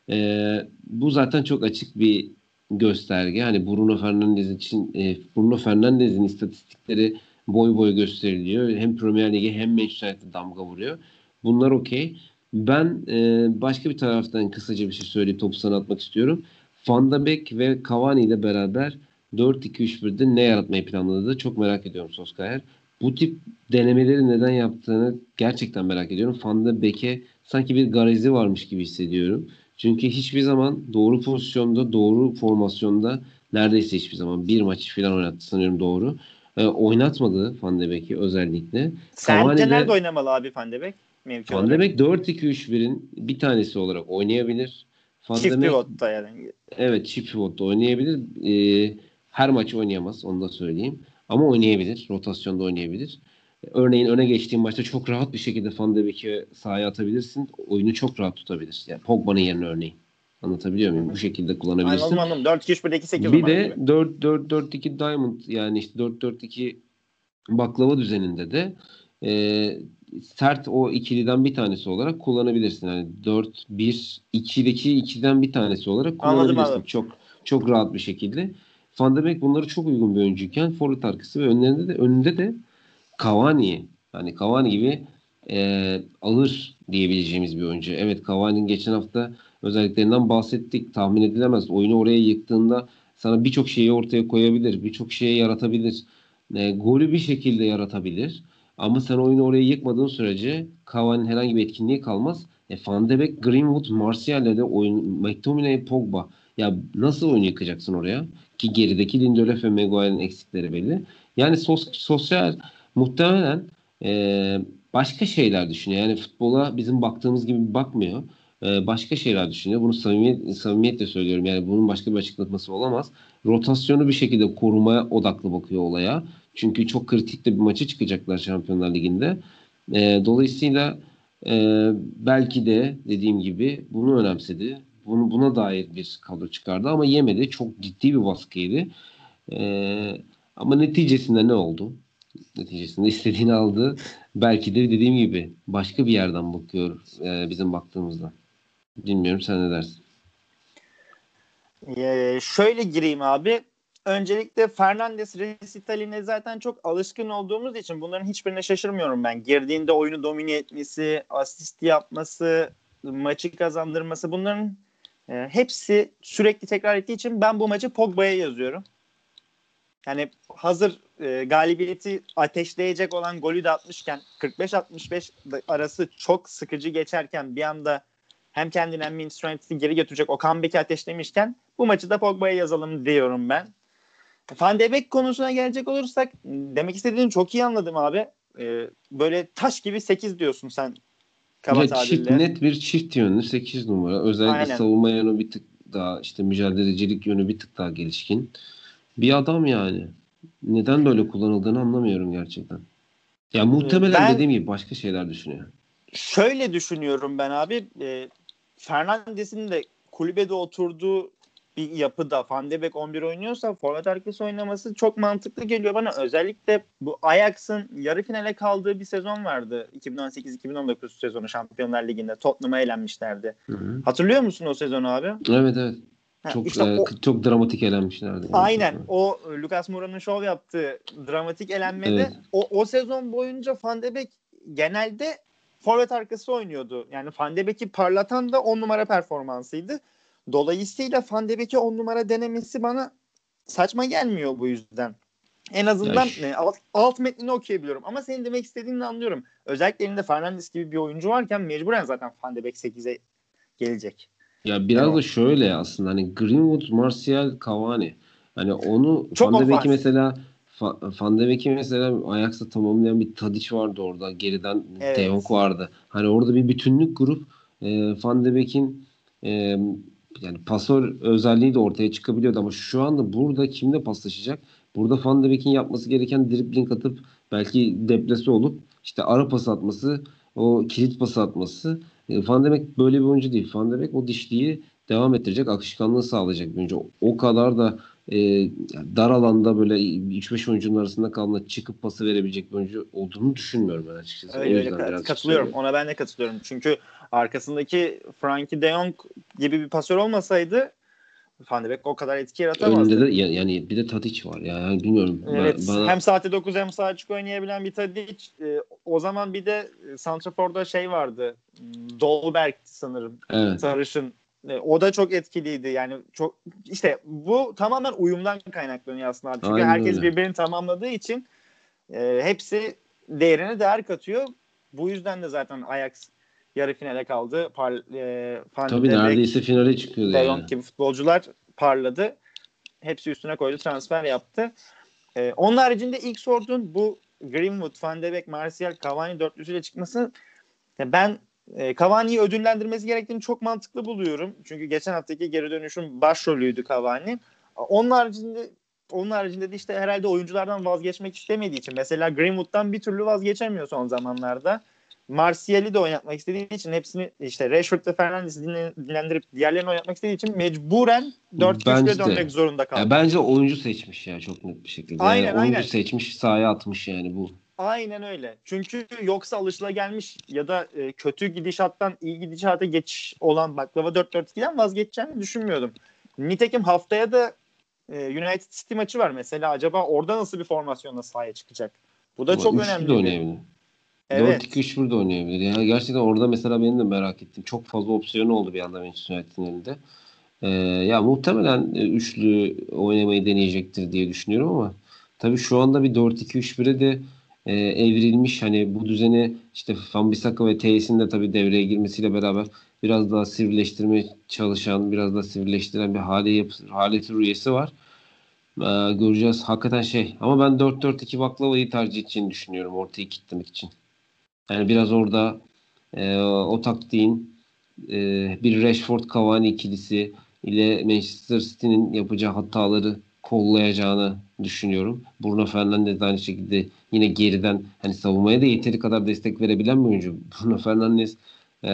Bu zaten çok açık bir gösterge. Hani Bruno Fernandes için Bruno Fernandes'in istatistikleri boy boy gösteriliyor. Hem Premier Lig'e hem Manchester United'e damga vuruyor. Bunlar okey. Ben başka bir taraftan kısaca bir şey söyleyip topu sana atmak istiyorum. Van de Beek ve Cavani ile beraber 4-2-3-1'de ne yaratmayı planladı çok merak ediyorum Solskjaer. Bu tip denemeleri neden yaptığını gerçekten merak ediyorum. Van de Beek'e sanki bir garezi varmış gibi hissediyorum. Çünkü hiçbir zaman doğru pozisyonda, doğru formasyonda neredeyse hiçbir zaman bir maç falan oynattı sanıyorum doğru. Oynatmadı Van de Beek'i özellikle. Sence Cavani nerede de oynamalı abi Van de Beek mevki Van de olarak? Beek 4-2-3-1'in bir tanesi olarak oynayabilir. Van Çift de Beek pivotta yani. evet çift pivotta oynayabilir. Her maç oynayamaz onu da söyleyeyim. Ama oynayabilir. Rotasyonda oynayabilir. Örneğin öne geçtiğin maçta çok rahat bir şekilde Van de Beek'i sahaya atabilirsin. Oyunu çok rahat tutabilir. Yani Pogba'nın yerine örneğin. Anlatabiliyor Hı muyum? Bu hı. şekilde Anladım kullanabilirsin. anladım. 4-2-3-1'deki 8 Bir numara de gibi. 4-4-4-2 Diamond yani işte 4-4-2 baklava düzeninde de e, sert o ikiliden bir tanesi olarak kullanabilirsin. Yani 4-1-2'deki ikiden bir tanesi olarak Anladım kullanabilirsin. abi. Çok rahat bir şekilde. Van de Beek bunları çok uygun bir oyuncuyken forvet arkası ve önünde de Cavani. Yani Cavani gibi ağır diyebileceğimiz bir oyuncu. Evet Cavani'nin geçen hafta özelliklerinden bahsettik. Tahmin edilemez. Oyunu oraya yıktığında sana birçok şeyi ortaya koyabilir. Birçok şeyi yaratabilir. Golü bir şekilde yaratabilir. Ama sen oyunu oraya yıkmadığın sürece Cavani'nin herhangi bir etkinliği kalmaz. Van de Beek, Greenwood, Martial'le de oyun, McTominay, Pogba. Ya nasıl oyunu yıkacaksın oraya? Ki gerideki Lindelöf ve Maguire'ın eksikleri belli. Yani sosyal muhtemelen başka şeyler düşünüyor. Yani futbola bizim baktığımız gibi bakmıyor. Başka şeyler düşünüyor. Bunu samimiyetle söylüyorum. Yani bunun başka bir açıklaması olamaz. Rotasyonu bir şekilde korumaya odaklı bakıyor olaya. Çünkü çok kritik de bir maçı çıkacaklar Şampiyonlar Ligi'nde. Dolayısıyla belki de dediğim gibi bunu önemsedi. Buna dair bir kadro çıkardı ama yemedi. Çok ciddi bir baskıydı. Ama neticesinde ne oldu? Neticesinde istediğini aldı. Belki de dediğim gibi başka bir yerden bakıyor bizim baktığımızda. Bilmiyorum sen ne dersin? Şöyle gireyim abi. Öncelikle Fernandes resitaline zaten çok alışkın olduğumuz için bunların hiçbirine şaşırmıyorum ben. Girdiğinde oyunu domine etmesi, asist yapması, maçı kazandırması bunların hepsi sürekli tekrar ettiği için ben bu maçı Pogba'ya yazıyorum. Yani hazır galibiyeti ateşleyecek olan golü de atmışken 45-65 arası çok sıkıcı geçerken bir anda hem kendini hem Manchester United'i geri götürecek o comeback'i ateşlemişken bu maçı da Pogba'ya yazalım diyorum ben. Van de Beek konusuna gelecek olursak demek istediğini çok iyi anladım abi. Böyle taş gibi 8 diyorsun sen kaba Ya tabirle. net bir çift yönlü 8 numara. Özellikle Aynen. savunma yönü bir tık daha işte mücadelecilik yönü bir tık daha gelişkin. Bir adam yani. Neden böyle kullanıldığını anlamıyorum gerçekten. Ya muhtemelen Ben dediğim gibi başka şeyler düşünüyor. şöyle düşünüyorum ben abi. Fernandes'in de kulübede oturduğu bir yapıda Van de Beek 11 oynuyorsa forvet arkası oynaması çok mantıklı geliyor bana. Özellikle bu Ajax'ın yarı finale kaldığı bir sezon vardı. 2018-2019 sezonu Şampiyonlar Ligi'nde Tottenham'a elenmişlerdi. Hı-hı. Hatırlıyor musun o sezonu abi? Evet, evet. Çok İşte çok dramatik elenmişlerdi. aynen o Lucas Moura'nın şov yaptığı dramatik elenmede Evet. o sezon boyunca Van de Beek genelde forvet arkası oynuyordu. Yani Van de Beek'i parlatan da 10 numara performansıydı. Dolayısıyla Van de Beek'i 10 numara denemesi bana saçma gelmiyor bu yüzden. En Ya azından alt metnini okuyabiliyorum. Ama senin demek istediğini anlıyorum. Özellikle elinde Fernandes gibi bir oyuncu varken mecburen zaten Van de Beek 8'e gelecek. Ya Yani biraz o da şöyle aslında hani Greenwood, Martial, Cavani. Hani onu çok Van de Beek'i ofansif. mesela Van de Beek'i mesela Ajax'ta tamamlayan bir Tadic vardı orada. Geriden De Jong Evet. vardı. Hani orada bir bütünlük kurup Van de Beek'in e, yani pasör özelliği de ortaya çıkabiliyordu ama şu anda burada kimle paslaşacak? Burada Van de Beek'in yapması gereken dribbling atıp belki deplase olup işte ara pas atması, o kilit pas atması. Van de Beek böyle bir oyuncu değil. Van de Beek o dişliği devam ettirecek, akışkanlığı sağlayacak bir oyuncu. O kadar da yani dar alanda böyle 3-5 oyuncunun arasında kalan çıkıp pası verebilecek bir oyuncu olduğunu düşünmüyorum ben açıkçası. O Öyle öyle yüzden birazcık katılıyorum. söylüyorum. Ona ben de katılıyorum. Çünkü arkasındaki Frankie de Jong gibi bir pasör olmasaydı Van de Beek o kadar etki Önünde de yaratamazdı. yani bir de Tadic var. Yani bilmiyorum. Evet. Bana Hem saate 9 hem sağ açık oynayabilen bir Tadic. O zaman bir de Santrafor'da şey vardı. Dolberg sanırım. evet. Sarışın. O da çok etkiliydi. Yani çok işte bu tamamen uyumdan kaynaklanıyor aslında abi. Çünkü Aynen herkes öyle. birbirini tamamladığı için hepsi değerine değer katıyor. Bu yüzden de zaten Ajax yarı finale kaldı. Van Tabii de neredeyse Beek, finale çıkıyordu De Jong yani. gibi futbolcular parladı. Hepsi üstüne koydu, transfer yaptı. Onun haricinde ilk sorduğun bu Greenwood, Van de Beek, Martial, Cavani dörtlüsüyle çıkması ben Cavani'yi ödüllendirmesi gerektiğini çok mantıklı buluyorum. Çünkü geçen haftaki geri dönüşün başrolüydü Cavani. Onun haricinde onun haricinde de işte herhalde oyunculardan vazgeçmek istemediği için mesela Greenwood'dan bir türlü vazgeçemiyor son zamanlarda. Martial'i de oynatmak istediği için hepsini işte Rashford ve Fernandes'i dinlendirip diğerlerini oynatmak istediği için mecburen 4-2-3-1'e Bence de. dönmek zorunda Ya kaldı. bence oyuncu seçmiş ya çok net bir şekilde. Yani Aynen oyuncu aynen. seçmiş, sahaya atmış yani bu. Aynen öyle. Çünkü yoksa alışılagelmiş ya da kötü gidişattan iyi gidişata geçiş olan baklava 4-4-2'den vazgeçeceğini düşünmüyordum. Nitekim haftaya da United City maçı var mesela. Acaba orada nasıl bir formasyonla sahaya çıkacak? Bu da Ama çok üçlü de önemli bir. oynayabilir. Evet. 4-2-3-1 de oynayabilir. Yani gerçekten orada mesela benim de merak ettim. Çok fazla opsiyon oldu bir anda Manchester United'in elinde. Ya muhtemelen üçlü oynamayı deneyecektir diye düşünüyorum ama tabii şu anda bir 4-2-3-1'e de evrilmiş. Hani bu düzeni işte Wan-Bissaka ve Teis'in de tabii devreye girmesiyle beraber biraz daha sivrileştirmeye çalışan, biraz daha sivrileştiren bir haleti rüyesi var. Göreceğiz. Hakikaten şey. Ama ben 4-4-2 baklavayı tercih edeceğini düşünüyorum ortayı kitlemek için. Yani biraz orada o taktiğin bir Rashford Cavani ikilisi ile Manchester City'nin yapacağı hataları kollayacağını düşünüyorum. Bruno Fernandes de aynı şekilde yine geriden hani savunmaya da yeteri kadar destek verebilen bir oyuncu. Bruno Fernandes e,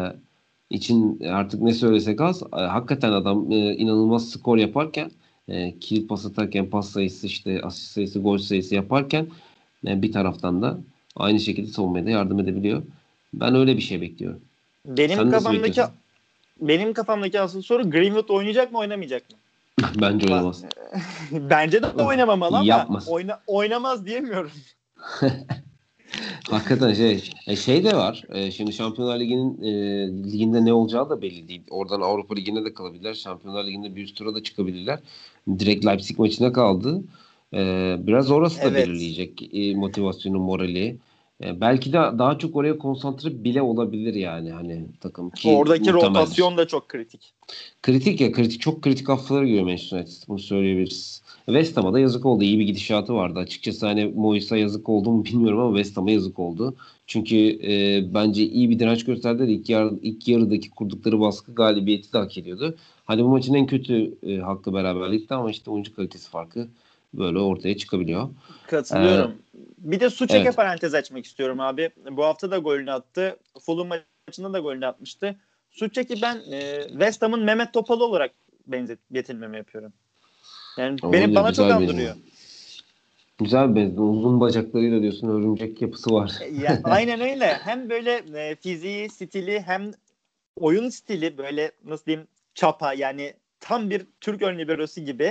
için artık ne söylesek az. Hakikaten adam inanılmaz skor yaparken kilit pas atarken pas sayısı işte asist sayısı gol sayısı yaparken bir taraftan da aynı şekilde savunmaya da yardım edebiliyor. Ben öyle bir şey bekliyorum. Benim Sen nasıl kafamdaki bekliyorsun? benim kafamdaki asıl soru Greenwood oynayacak mı oynamayacak mı? Bence oynamaz. Bence de oynamamalı ama Yapmaz. oynamaz diyemiyorum. Hakikaten şey de var. Şimdi Şampiyonlar Ligi'nin liginde ne olacağı da belli değil. Oradan Avrupa Ligi'ne de kalabilirler. Şampiyonlar Ligi'nde bir üst tura da çıkabilirler. Direkt Leipzig maçına kaldı. Biraz orası da Evet. belirleyecek motivasyonu, morali. Belki de daha çok oraya konsantre bile olabilir yani hani takım ki Oradaki muhtemeldir. rotasyon da çok kritik. Kritik ya kritik çok kritik haftalara giriyor Manchester United. Bunu söyleyebiliriz. West Ham'a da yazık oldu. İyi bir gidişatı vardı. Açıkçası hani Moyes'a yazık oldu mu bilmiyorum ama West Ham'a yazık oldu. Çünkü bence iyi bir direnç gösterdiler. İlk yarıdaki kurdukları baskı galibiyeti de hak ediyordu. Hani bu maçın en kötü hakkı beraberlikti ama işte oyuncu kalitesi farkı böyle ortaya çıkabiliyor. E, Katılıyorum. Bir de Suçek'e evet. parantez açmak istiyorum abi. Bu hafta da golünü attı. Fulham maçında da golünü atmıştı. Suçek'i ben West Ham'ın Mehmet Topal olarak betimleme yapıyorum. Yani Olabilir, bana çok güzel andırıyor. benziyor. Güzel benziyor. Uzun bacaklarıyla diyorsun, örümcek yapısı var. Ya, aynen öyle. Hem böyle fiziği, stili hem oyun stili böyle nasıl diyeyim çapa yani tam bir Türk ön liberosu gibi.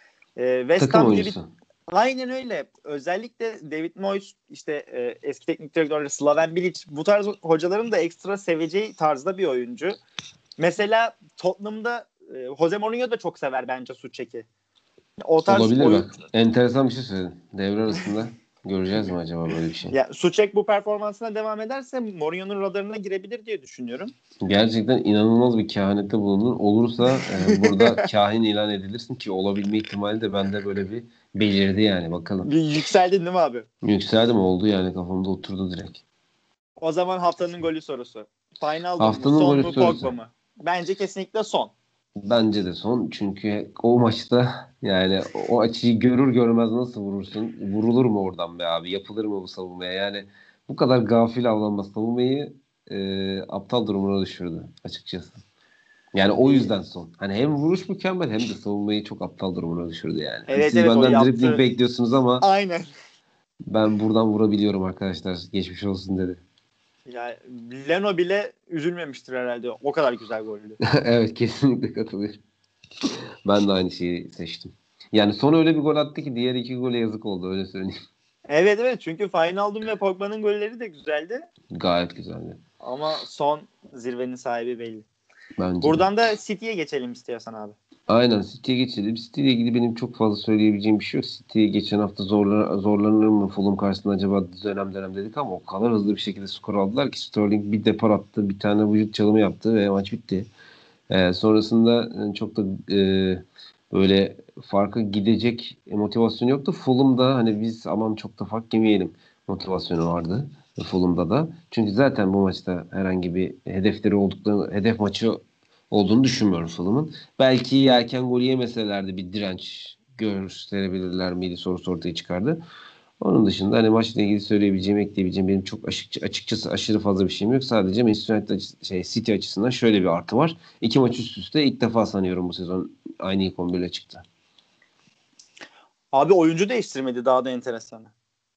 West Takım Ham gibi oyuncusu. aynen öyle. Özellikle David Moyes işte eski teknik direktörler Slaven Bilic bu tarz hocaların da ekstra seveceği tarzda bir oyuncu. Mesela Tottenham'da Jose Mourinho da çok sever bence Suçek'i. O tarz Olabilir oyun bak. Enteresan bir şey söyledin. Devre arasında göreceğiz mi acaba böyle bir şey? ya Suçek bu performansına devam ederse Mourinho'nun radarına girebilir diye düşünüyorum. Gerçekten inanılmaz bir kehanette bulundun. Olursa burada kahin ilan edilirsin ki olabilme ihtimali de bende böyle bir belirdi yani bakalım. Bir yükseldin değil mi abi? Yükseldim oldu yani kafamda oturdu direkt. O zaman haftanın golü sorusu. Wijnaldum mu, Haftanın Son golü mu, Pogba sorusu. mı? Bence kesinlikle Son. Bence de son. Çünkü o maçta yani o açıyı görür görmez nasıl vurursun? Vurulur mu oradan be abi? Yapılır mı bu savunmaya? Yani bu kadar gafil avlanma savunmayı aptal durumuna düşürdü açıkçası. Yani o yüzden son. Hani hem vuruş mükemmel hem de savunmayı çok aptal durumuna düşürdü yani. Hani Evet siz evet o benden dribbling yaptı. bekliyorsunuz ama Aynen. ben buradan vurabiliyorum arkadaşlar. Geçmiş olsun dedi. Ya Leno bile üzülmemiştir herhalde. O kadar güzel goldü. Evet, kesinlikle katılıyorum. Ben de aynı şeyi seçtim. Yani son öyle bir gol attı ki diğer iki gole yazık oldu, öyle söyleyeyim. Evet evet çünkü Wijnaldum ve Pogba'nın golleri de güzeldi. Gayet güzeldi. Ama Son zirvenin sahibi belli. Bence de. Buradan da City'ye geçelim istiyorsan abi. Aynen, City'ye geçelim. City ile ilgili benim çok fazla söyleyebileceğim bir şey yok. City geçen hafta zorlanır mı Fulham karşısında acaba dönem dönem dedik ama o kadar hızlı bir şekilde skor aldılar ki Sterling bir depar attı, bir tane vücut çalımı yaptı ve maç bitti. Sonrasında çok da böyle farkı gidecek motivasyonu yoktu. Fulham'da hani biz aman çok da fark yemeyelim motivasyonu vardı Fulham'da da. Çünkü zaten bu maçta herhangi bir hedef maçı olduğunu düşünmüyorum Fulham'ın. Belki erken gol yemeselerdi bir direnç gösterebilirler miydi sorusu ortaya çıkardı. Onun dışında hani maçla ilgili söyleyebileceğim, ekleyebileceğim benim çok açıkçası aşırı fazla bir şeyim yok. Sadece Manchester United City açısından şöyle bir artı var. İki maç üst üste ilk defa sanıyorum bu sezon aynı ilk 11'le çıktı. Abi oyuncu değiştirmedi daha da enteresan.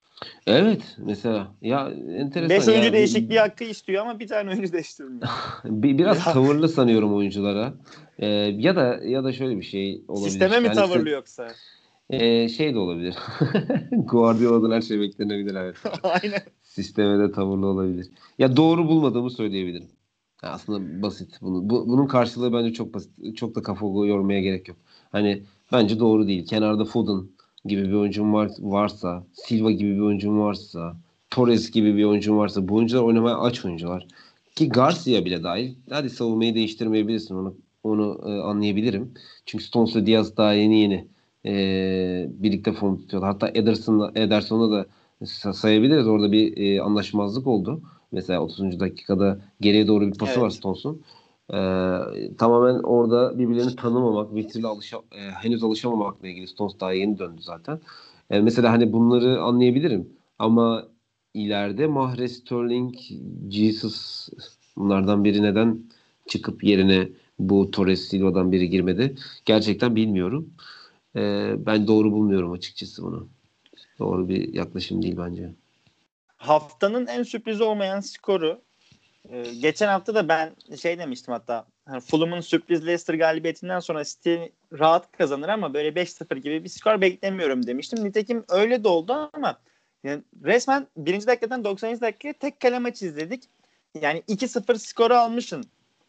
Evet, mesela ya enteresan 5 oyuncu ya değişikliği hakkı istiyor ama bir tane oyuncu değiştirmiyor. biraz Ya tavırlı sanıyorum oyunculara. Ya da şöyle bir şey sisteme olabilir. mi Yani tavırlı yoksa? şey de olabilir. Guardiola'dan her şey beklenebilir, evet. Aynen. Sisteme de tavırlı olabilir. Ya doğru bulmadığımı söyleyebilirim. Ya aslında basit bunu. Bunun karşılığı bence çok basit. Çok da kafa yormaya gerek yok. Hani bence doğru değil. Kenarda Foden gibi bir oyuncum varsa, Silva gibi bir oyuncum varsa, Torres gibi bir oyuncum varsa, bu oyuncular oynamaya aç oyuncular. Ki Garcia bile dahil. Hadi savunmayı değiştirmeyebilirsin. Onu anlayabilirim. Çünkü Stones ve Diaz daha yeni birlikte form tutuyorlar. Hatta Ederson'la da sayabiliriz. Orada bir anlaşmazlık oldu. Mesela 30. dakikada geriye doğru bir pası var Evet. Stones'un. Tamamen orada birbirlerini tanımamak, bir türlü henüz alışamamakla ilgili. Stones daha yeni döndü zaten. Mesela hani bunları anlayabilirim. Ama ileride Mahrez, Sterling, Jesus bunlardan biri neden çıkıp yerine bu Torres Silva'dan biri girmedi? Gerçekten bilmiyorum. Ben doğru bulmuyorum açıkçası bunu. Doğru bir yaklaşım değil bence. Haftanın en sürpriz olmayan skoru. Geçen hafta da ben şey demiştim hatta. Hani Fulham'ın sürpriz Leicester galibiyetinden sonra City rahat kazanır ama böyle 5-0 gibi bir skor beklemiyorum demiştim. Nitekim öyle de oldu ama yani resmen 1. dakikadan 90. dakikaya tek kale maç izledik. Yani 2-0 skoru almışsın.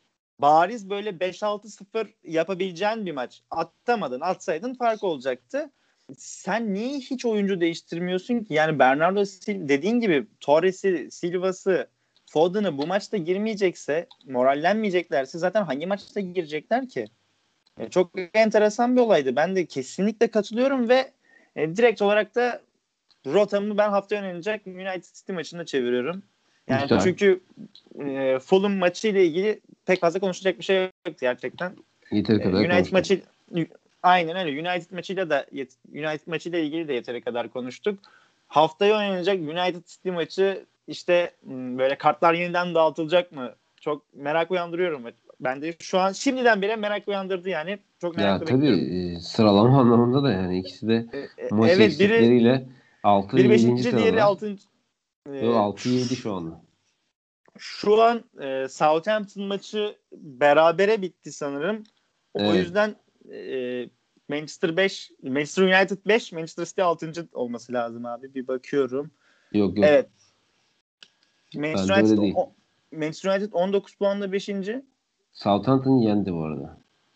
Bariz böyle 5-6-0 yapabileceğin bir maç. Atamadın. Atsaydın fark olacaktı. Sen niye hiç oyuncu değiştirmiyorsun ki? Yani Bernardo Silva dediğin gibi Torres'i, Silva'sı, Foden'ı bu maçta girmeyecekse, morallenmeyeceklerse zaten hangi maçta girecekler ki? Çok enteresan bir olaydı. Ben de kesinlikle katılıyorum ve direkt olarak da rotamı ben haftaya oynanacak United City maçında çeviriyorum. Yani Güzel. çünkü Fulham maçı ile ilgili pek fazla konuşacak bir şey yok gerçekten. Yeteri kadar United konuştuk. maçı aynen öyle. United maçıyla ilgili de yeteri kadar konuştuk. Haftaya oynanacak United City maçı işte böyle kartlar yeniden dağıtılacak mı? Çok merak uyandırıyorum Ben de şu an şimdiden bile merak uyandırdı yani. Çok Ya merakla bekliyorum. tabii sıralama anlamında da yani ikisi de maç Evet, eksikleriyle 6 ve biri 7. beşinci, diğeri sıradalar. 6. Yok 6-7 şu anda. Şu an Southampton maçı berabere bitti sanırım. O Evet. yüzden Manchester United 5, Manchester City 6. olması lazım abi. Bir bakıyorum. Yok yok. Evet. Manchester Bende United öyle değil. Manchester United 19 puanla 5. Southampton yendi bu arada.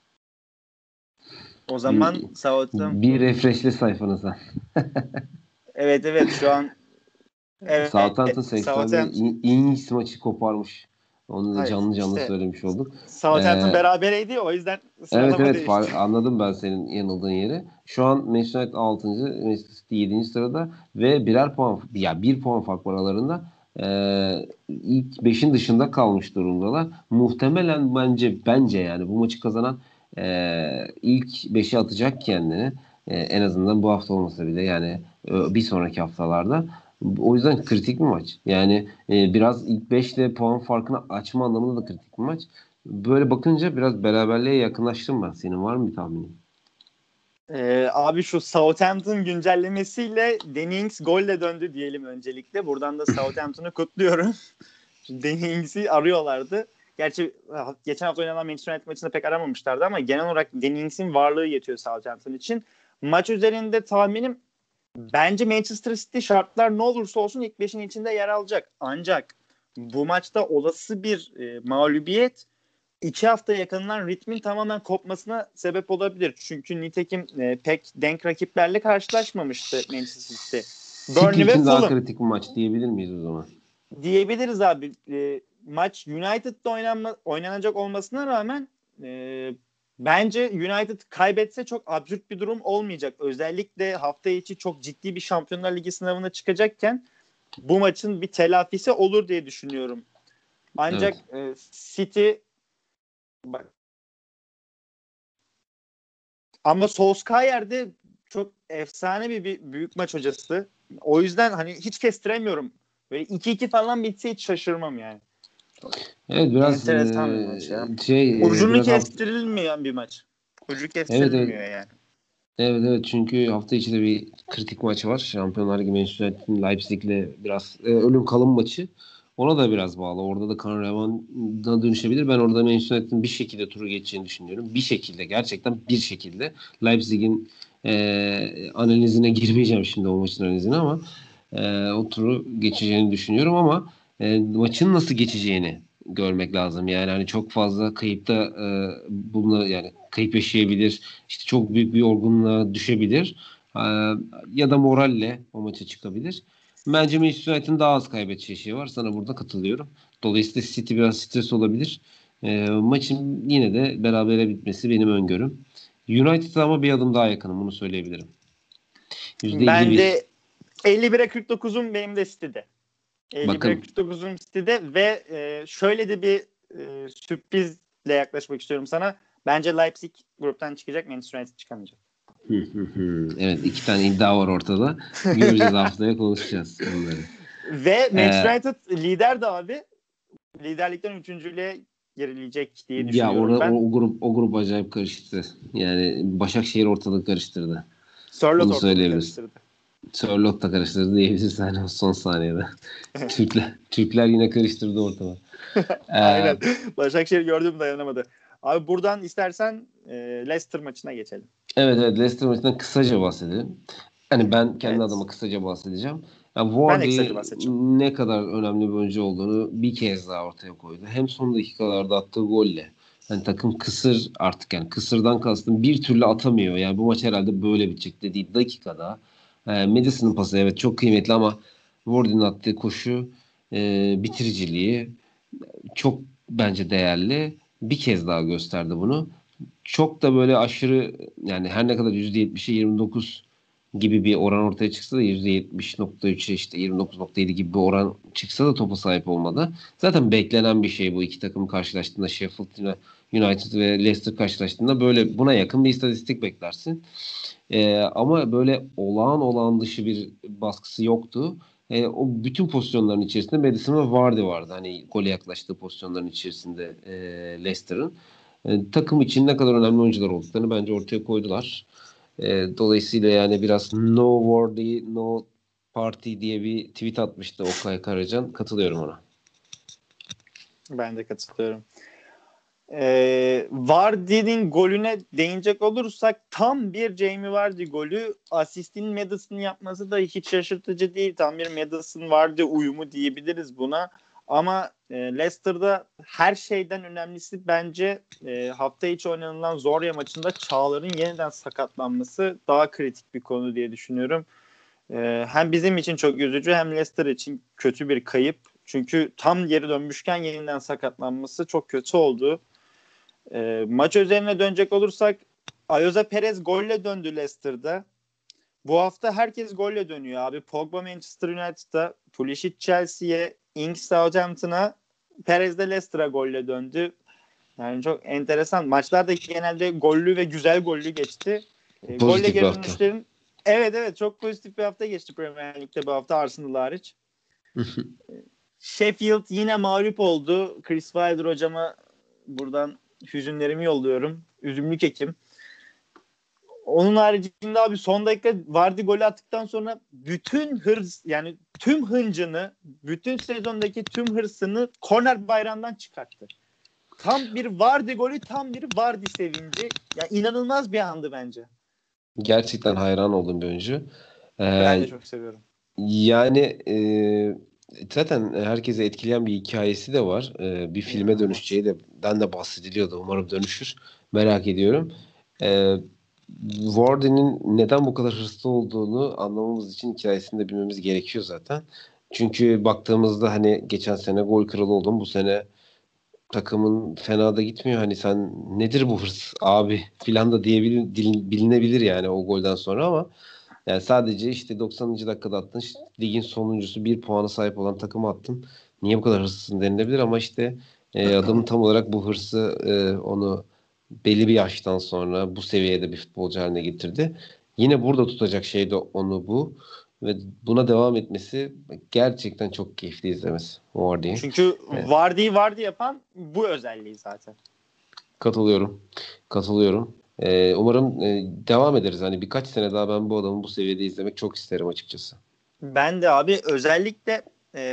O Bir, zaman bir Southampton, refreshli sayfanıza. evet şu an Southampton evet 80'de Southampton, Ings maçı koparmış. Onu da hayır canlı canlı işte söylemiş olduk. Southampton Ee, berabereydi, o yüzden evet sıralama evet değişti. anladım ben senin yanıldığın yeri. Şu an Manchester United 6. Manchester City 7. sırada ve birer puan ya bir puan fark var aralarında. İlk 5'in dışında kalmış durumdalar. Muhtemelen bence yani bu maçı kazanan ilk 5'e atacak kendini. En azından bu hafta olmasa bile yani bir sonraki haftalarda. O yüzden kritik bir maç. Yani biraz ilk 5 ile puan farkını açma anlamında da kritik bir maç. Böyle bakınca biraz beraberliğe yakınlaştım ben. Senin var mı bir tahminin? Abi şu Southampton güncellemesiyle Danny Ings golle döndü diyelim öncelikle. Buradan da Southampton'u kutluyorum. Danny Ings'i arıyorlardı. Gerçi geçen hafta oynanan Manchester United maçında pek aramamışlardı ama genel olarak Danny Ings'in varlığı yetiyor Southampton için. Maç üzerinde tahminim, bence Manchester City şartlar ne olursa olsun ilk 5'in içinde yer alacak. Ancak bu maçta olası bir mağlubiyet 2 hafta yakınılan ritmin tamamen kopmasına sebep olabilir. Çünkü nitekim pek denk rakiplerle karşılaşmamıştı Manchester City. City Burnley ve için daha Fulham kritik bir maç diyebilir miyiz o zaman? diyebiliriz abi. Maç United'da oynanacak olmasına rağmen bence United kaybetse çok absürt bir durum olmayacak. Özellikle hafta içi çok ciddi bir Şampiyonlar Ligi sınavına çıkacakken bu maçın bir telafisi olur diye düşünüyorum. Ancak Evet. City, ama Solskjaer de çok efsane bir büyük maç hocası. O yüzden hani hiç kestiremiyorum. Böyle 2-2 falan bitse hiç şaşırmam yani. Çok Evet biraz enteresan bir maç ya. şey Ucunu biraz kestirilmeyen bir maç. Ucu evet evet kestirilmiyor yani. evet evet çünkü hafta içi de bir kritik maç var. Şampiyonlar Ligi Manchester United'in Leipzig'le biraz ölüm kalım maçı. Ona da biraz bağlı. Orada da kan revanına dönüşebilir. Ben orada Manchester United'in bir şekilde turu geçeceğini düşünüyorum. Bir şekilde gerçekten bir şekilde. Leipzig'in analizine girmeyeceğim şimdi o maçın analizine ama o turu geçeceğini düşünüyorum ama maçın nasıl geçeceğini görmek lazım. Yani hani çok fazla kayıpta buluna yani kayıp yaşayabilir. İşte çok büyük bir yorgunluğa düşebilir. Ya da moralle o maça çıkabilir. Bence Manchester United'ın daha az kaybedeceği şey var. Sana burada katılıyorum. Dolayısıyla City biraz stres olabilir. Maçın yine de berabere bitmesi benim öngörüm. United'a ama bir adım daha yakınım. Bunu söyleyebilirim. Ben %51. de 51'e 49'um benim de City'de. 51'e Bakın 49'um City'de ve şöyle de bir sürprizle yaklaşmak istiyorum sana. Bence Leipzig gruptan çıkacak, Manchester United çıkamayacak. Evet iki tane iddia var ortada. Göreceğiz haftaya konuşacağız onları. Ve Ee, Manchester United lider de abi. Liderlikten üçüncülüğe gerileyecek diye Ya düşünüyorum ben. o grup acayip karıştı. Yani Başakşehir ortalığı karıştırdı. Sörloth Bunu ortalığı söyleyebiliriz. karıştırdı. Sörloth da karıştırdı diyebiliriz hani son saniyede. Türkler yine karıştırdı ortalığı. Ee, Aynen. Başakşehir gördüğüm dayanamadı. Abi buradan istersen Leicester maçına geçelim. evet Leicester maçından kısaca bahsedelim. Hani ben kendi Evet. adıma kısaca bahsedeceğim. Ya Ben de Vardy kısaca bahsedeceğim. ne kadar önemli bir oyuncu olduğunu bir kez daha ortaya koydu. Hem son dakikalarda attığı golle. Hani takım kısır artık yani kısırdan kastım bir türlü atamıyor. Yani bu maç herhalde böyle bitecek dediği dakikada. Madison'ın pası evet çok kıymetli ama Vardy'nin attığı koşu bitiriciliği çok bence değerli. Bir kez daha gösterdi bunu. Çok da böyle aşırı yani her ne kadar %70'e 29 gibi bir oran ortaya çıksa da %70.3'e işte 29.7 gibi bir oran çıksa da topa sahip olmadı. Zaten beklenen bir şey bu iki takım karşılaştığında Sheffield United ve Leicester karşılaştığında böyle buna yakın bir istatistik beklersin. Ama böyle olağan dışı bir baskısı yoktu. O bütün pozisyonların içerisinde Madison ve Vardy vardı. Hani gole yaklaştığı pozisyonların içerisinde Leicester'ın. Takım için ne kadar önemli oyuncular olduklarını bence ortaya koydular. Dolayısıyla yani biraz no Vardy, no party diye bir tweet atmıştı Okay Karacan. Katılıyorum ona. Ben de katılıyorum. Vardy'nin golüne değinecek olursak tam bir Jamie Vardy golü. Asistin Madison'ın yapması da hiç şaşırtıcı değil. Tam bir Madison-Vardy uyumu diyebiliriz buna. Ama Leicester'da her şeyden önemlisi bence hafta içi oynanılan Zorya maçında Çağlar'ın yeniden sakatlanması daha kritik bir konu diye düşünüyorum. Hem bizim için çok üzücü hem Leicester için kötü bir kayıp. Çünkü tam geri dönmüşken yeniden sakatlanması çok kötü oldu. Maç üzerine dönecek olursak Ayoze Perez golle döndü Leicester'da. Bu hafta herkes golle dönüyor abi. Pogba Manchester United'da, Pulisic Chelsea'ye, Ings Southampton'a, Perez de Leicester'a golle döndü. Yani çok enteresan. Maçlar da genelde gollü ve güzel gollü geçti. Golle Pozitif bir geri hafta. dönüşlerin evet çok pozitif bir hafta geçti Premier Lig'de bu hafta Arsenal hariç. Sheffield yine mağlup oldu. Chris Wilder hocama buradan hüzünlerimi yolluyorum. Üzümlü kekim. Onun haricinde abi son dakika Vardy golü attıktan sonra bütün hırs yani tüm hıncını, bütün sezondaki tüm hırsını korner bayrağından çıkarttı. Tam bir Vardy golü, tam bir Vardy sevinci. Ya inanılmaz bir andı bence. Gerçekten hayran olduğum bir oyuncu. Ben de Ee, çok seviyorum. Yani zaten herkese etkileyen bir hikayesi de var. Bir filme İnanılmaz. dönüşeceği de de bahsediliyordu. Umarım dönüşür. Merak ediyorum. Ee, Warden'in neden bu kadar hırslı olduğunu anlamamız için hikayesini de bilmemiz gerekiyor zaten. Çünkü baktığımızda hani geçen sene gol kralı oldun. Bu sene takımın fena da gitmiyor. Hani sen nedir bu hırs abi filan da bilinebilir yani o golden sonra ama yani sadece işte 90. dakikada attın. İşte ligin sonuncusu bir puana sahip olan takımı attın. Niye bu kadar hırslısın denilebilir ama işte adamın tam olarak bu hırsı onu belli bir yaştan sonra bu seviyede bir futbolcu haline getirdi. Yine burada tutacak şey de onu bu. Ve buna devam etmesi gerçekten çok keyifli izlemesi. Vardy'yi. Çünkü Evet. Vardy yapan bu özelliği zaten. Katılıyorum. Katılıyorum. Umarım devam ederiz. Hani birkaç sene daha ben bu adamı bu seviyede izlemek çok isterim açıkçası. Ben de abi özellikle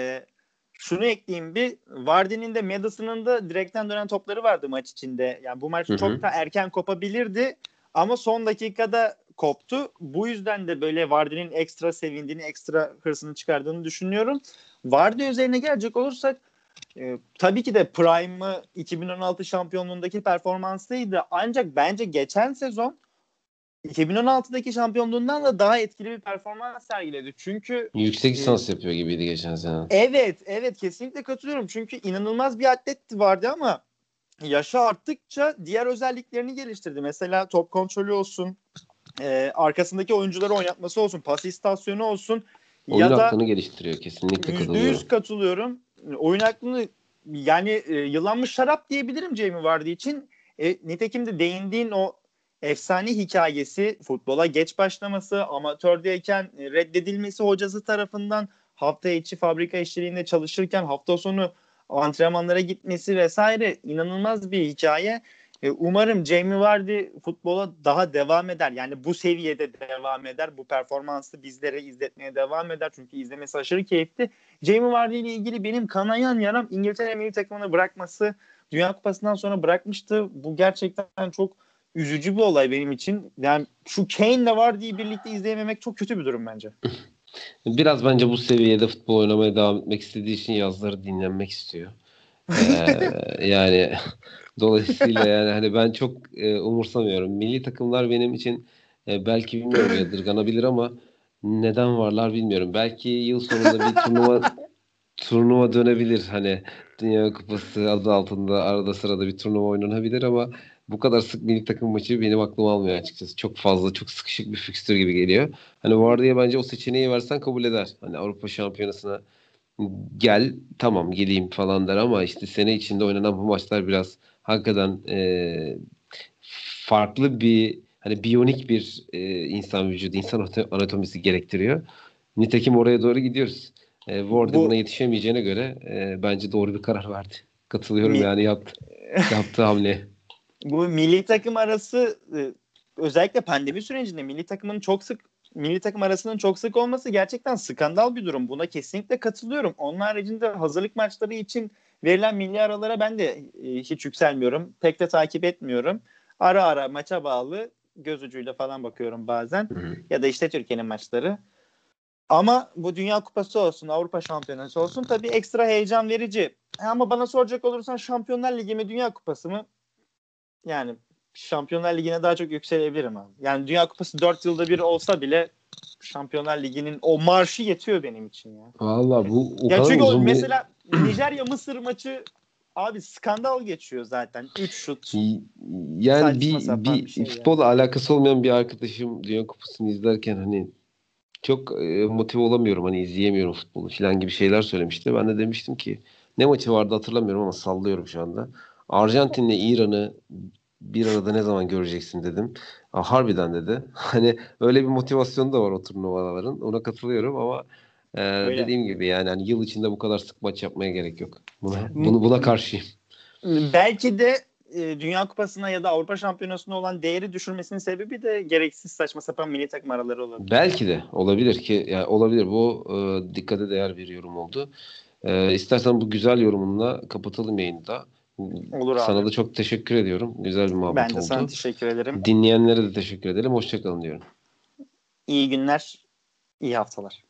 şunu ekleyeyim bir Vardy'nin de Madison'ın da direkten dönen topları vardı maç içinde. Yani bu maç Hı çok hı. da erken kopabilirdi ama son dakikada koptu. Bu yüzden de böyle Vardy'nin ekstra sevindiğini, ekstra hırsını çıkardığını düşünüyorum. Vardy üzerine gelecek olursak tabii ki de Prime'ı 2016 şampiyonluğundaki performansıydı. Ancak bence geçen sezon 2016'daki şampiyonluğundan da daha etkili bir performans sergiledi. Çünkü Yüksek e, lisans yapıyor gibiydi geçen sene. evet kesinlikle katılıyorum. Çünkü inanılmaz bir atlet vardı ama yaşı arttıkça diğer özelliklerini geliştirdi. Mesela top kontrolü olsun, arkasındaki oyuncuları oynatması olsun, pas istasyonu olsun Oyun ya da aklını geliştiriyor. Kesinlikle %100 katılıyorum. katılıyorum. Oyun aklını yani yılanmış şarap diyebilirim Jamie Vardy için. Nitekim de değindiğin o efsane hikayesi, futbola geç başlaması, amatördeyken reddedilmesi hocası tarafından hafta içi fabrika işçiliğinde çalışırken hafta sonu antrenmanlara gitmesi vesaire inanılmaz bir hikaye. Umarım Jamie Vardy futbola daha devam eder. Yani bu seviyede devam eder. Bu performansı bizlere izletmeye devam eder. Çünkü izlemesi aşırı keyifli. Jamie Vardy ile ilgili benim kanayan yaram İngiltere milli takımını bırakması. Dünya Kupası'ndan sonra bırakmıştı. Bu gerçekten çok üzücü bir olay benim için. Yani şu Kane'le Vardy'yi birlikte izleyememek çok kötü bir durum bence. Biraz bence bu seviyede futbol oynamaya devam etmek istediği için yazları dinlenmek istiyor. Yani dolayısıyla yani hani ben çok umursamıyorum. Milli takımlar benim için belki bilmiyorum yadırganabilir ama neden varlar bilmiyorum. Belki yıl sonunda bir turnuva dönebilir. Hani Dünya Kupası adı altında arada sırada bir turnuva oynanabilir ama bu kadar sık milli takım maçı benim aklıma almıyor açıkçası. Çok fazla, çok sıkışık bir fikstür gibi geliyor. Hani Vardy'ye bence o seçeneği versen kabul eder. Hani Avrupa Şampiyonası'na gel tamam geleyim falan der ama işte sene içinde oynanan bu maçlar biraz hakikaten farklı bir hani biyonik bir insan vücudu, insan anatomisi gerektiriyor. Nitekim oraya doğru gidiyoruz. Ward Bu buna yetişemeyeceğine göre bence doğru bir karar verdi. Katılıyorum yani yaptığı hamle. Bu milli takım arası özellikle pandemi sürecinde milli takım arasının çok sık olması gerçekten skandal bir durum. Buna kesinlikle katılıyorum. Onun haricinde hazırlık maçları için verilen milli aralara ben de hiç yükselmiyorum. Pek de takip etmiyorum. Ara ara maça bağlı göz ucuyla falan bakıyorum bazen. Hı hı. Ya da işte Türkiye'nin maçları. Ama bu Dünya Kupası olsun, Avrupa Şampiyonası olsun tabii ekstra heyecan verici. Ama bana soracak olursan Şampiyonlar Ligi mi Dünya Kupası mı? Yani Şampiyonlar Ligi'ne daha çok yükselebilirim abi. Yani Dünya Kupası 4 yılda bir olsa bile Şampiyonlar Ligi'nin o marşı yetiyor benim için ya. Valla bu o Ya kadar çünkü uzun bir mesela Nijerya Mısır maçı abi skandal geçiyor zaten. 3 şut. yani Saçma bir, sapan bir bir şey ya. futbolla alakası olmayan bir arkadaşım Dünya Kupası'nı izlerken hani çok motive olamıyorum, hani izleyemiyorum futbolu falan gibi şeyler söylemişti. Ben de demiştim ki ne maçı vardı hatırlamıyorum ama sallıyorum şu anda. Arjantin'le İran'ı bir arada ne zaman göreceksin dedim. Harbiden dedi. Hani öyle bir motivasyonu da var o turnuvaların. Ona katılıyorum ama Öyle. dediğim gibi yani hani yıl içinde bu kadar sık maç yapmaya gerek yok. Buna karşıyım. Belki de Dünya Kupası'na ya da Avrupa Şampiyonası'na olan değeri düşürmesinin sebebi de gereksiz saçma sapan milli takım araları olabilir. Belki de olabilir ki yani olabilir, bu dikkate değer bir yorum oldu. İstersen bu güzel yorumunla kapatalım yayını da. Olur Sana abi. da çok teşekkür ediyorum. Güzel bir muhabbet Ben de sana oldu. teşekkür ederim. Dinleyenlere de teşekkür edelim. Hoşça kalın diyorum. İyi günler, iyi haftalar.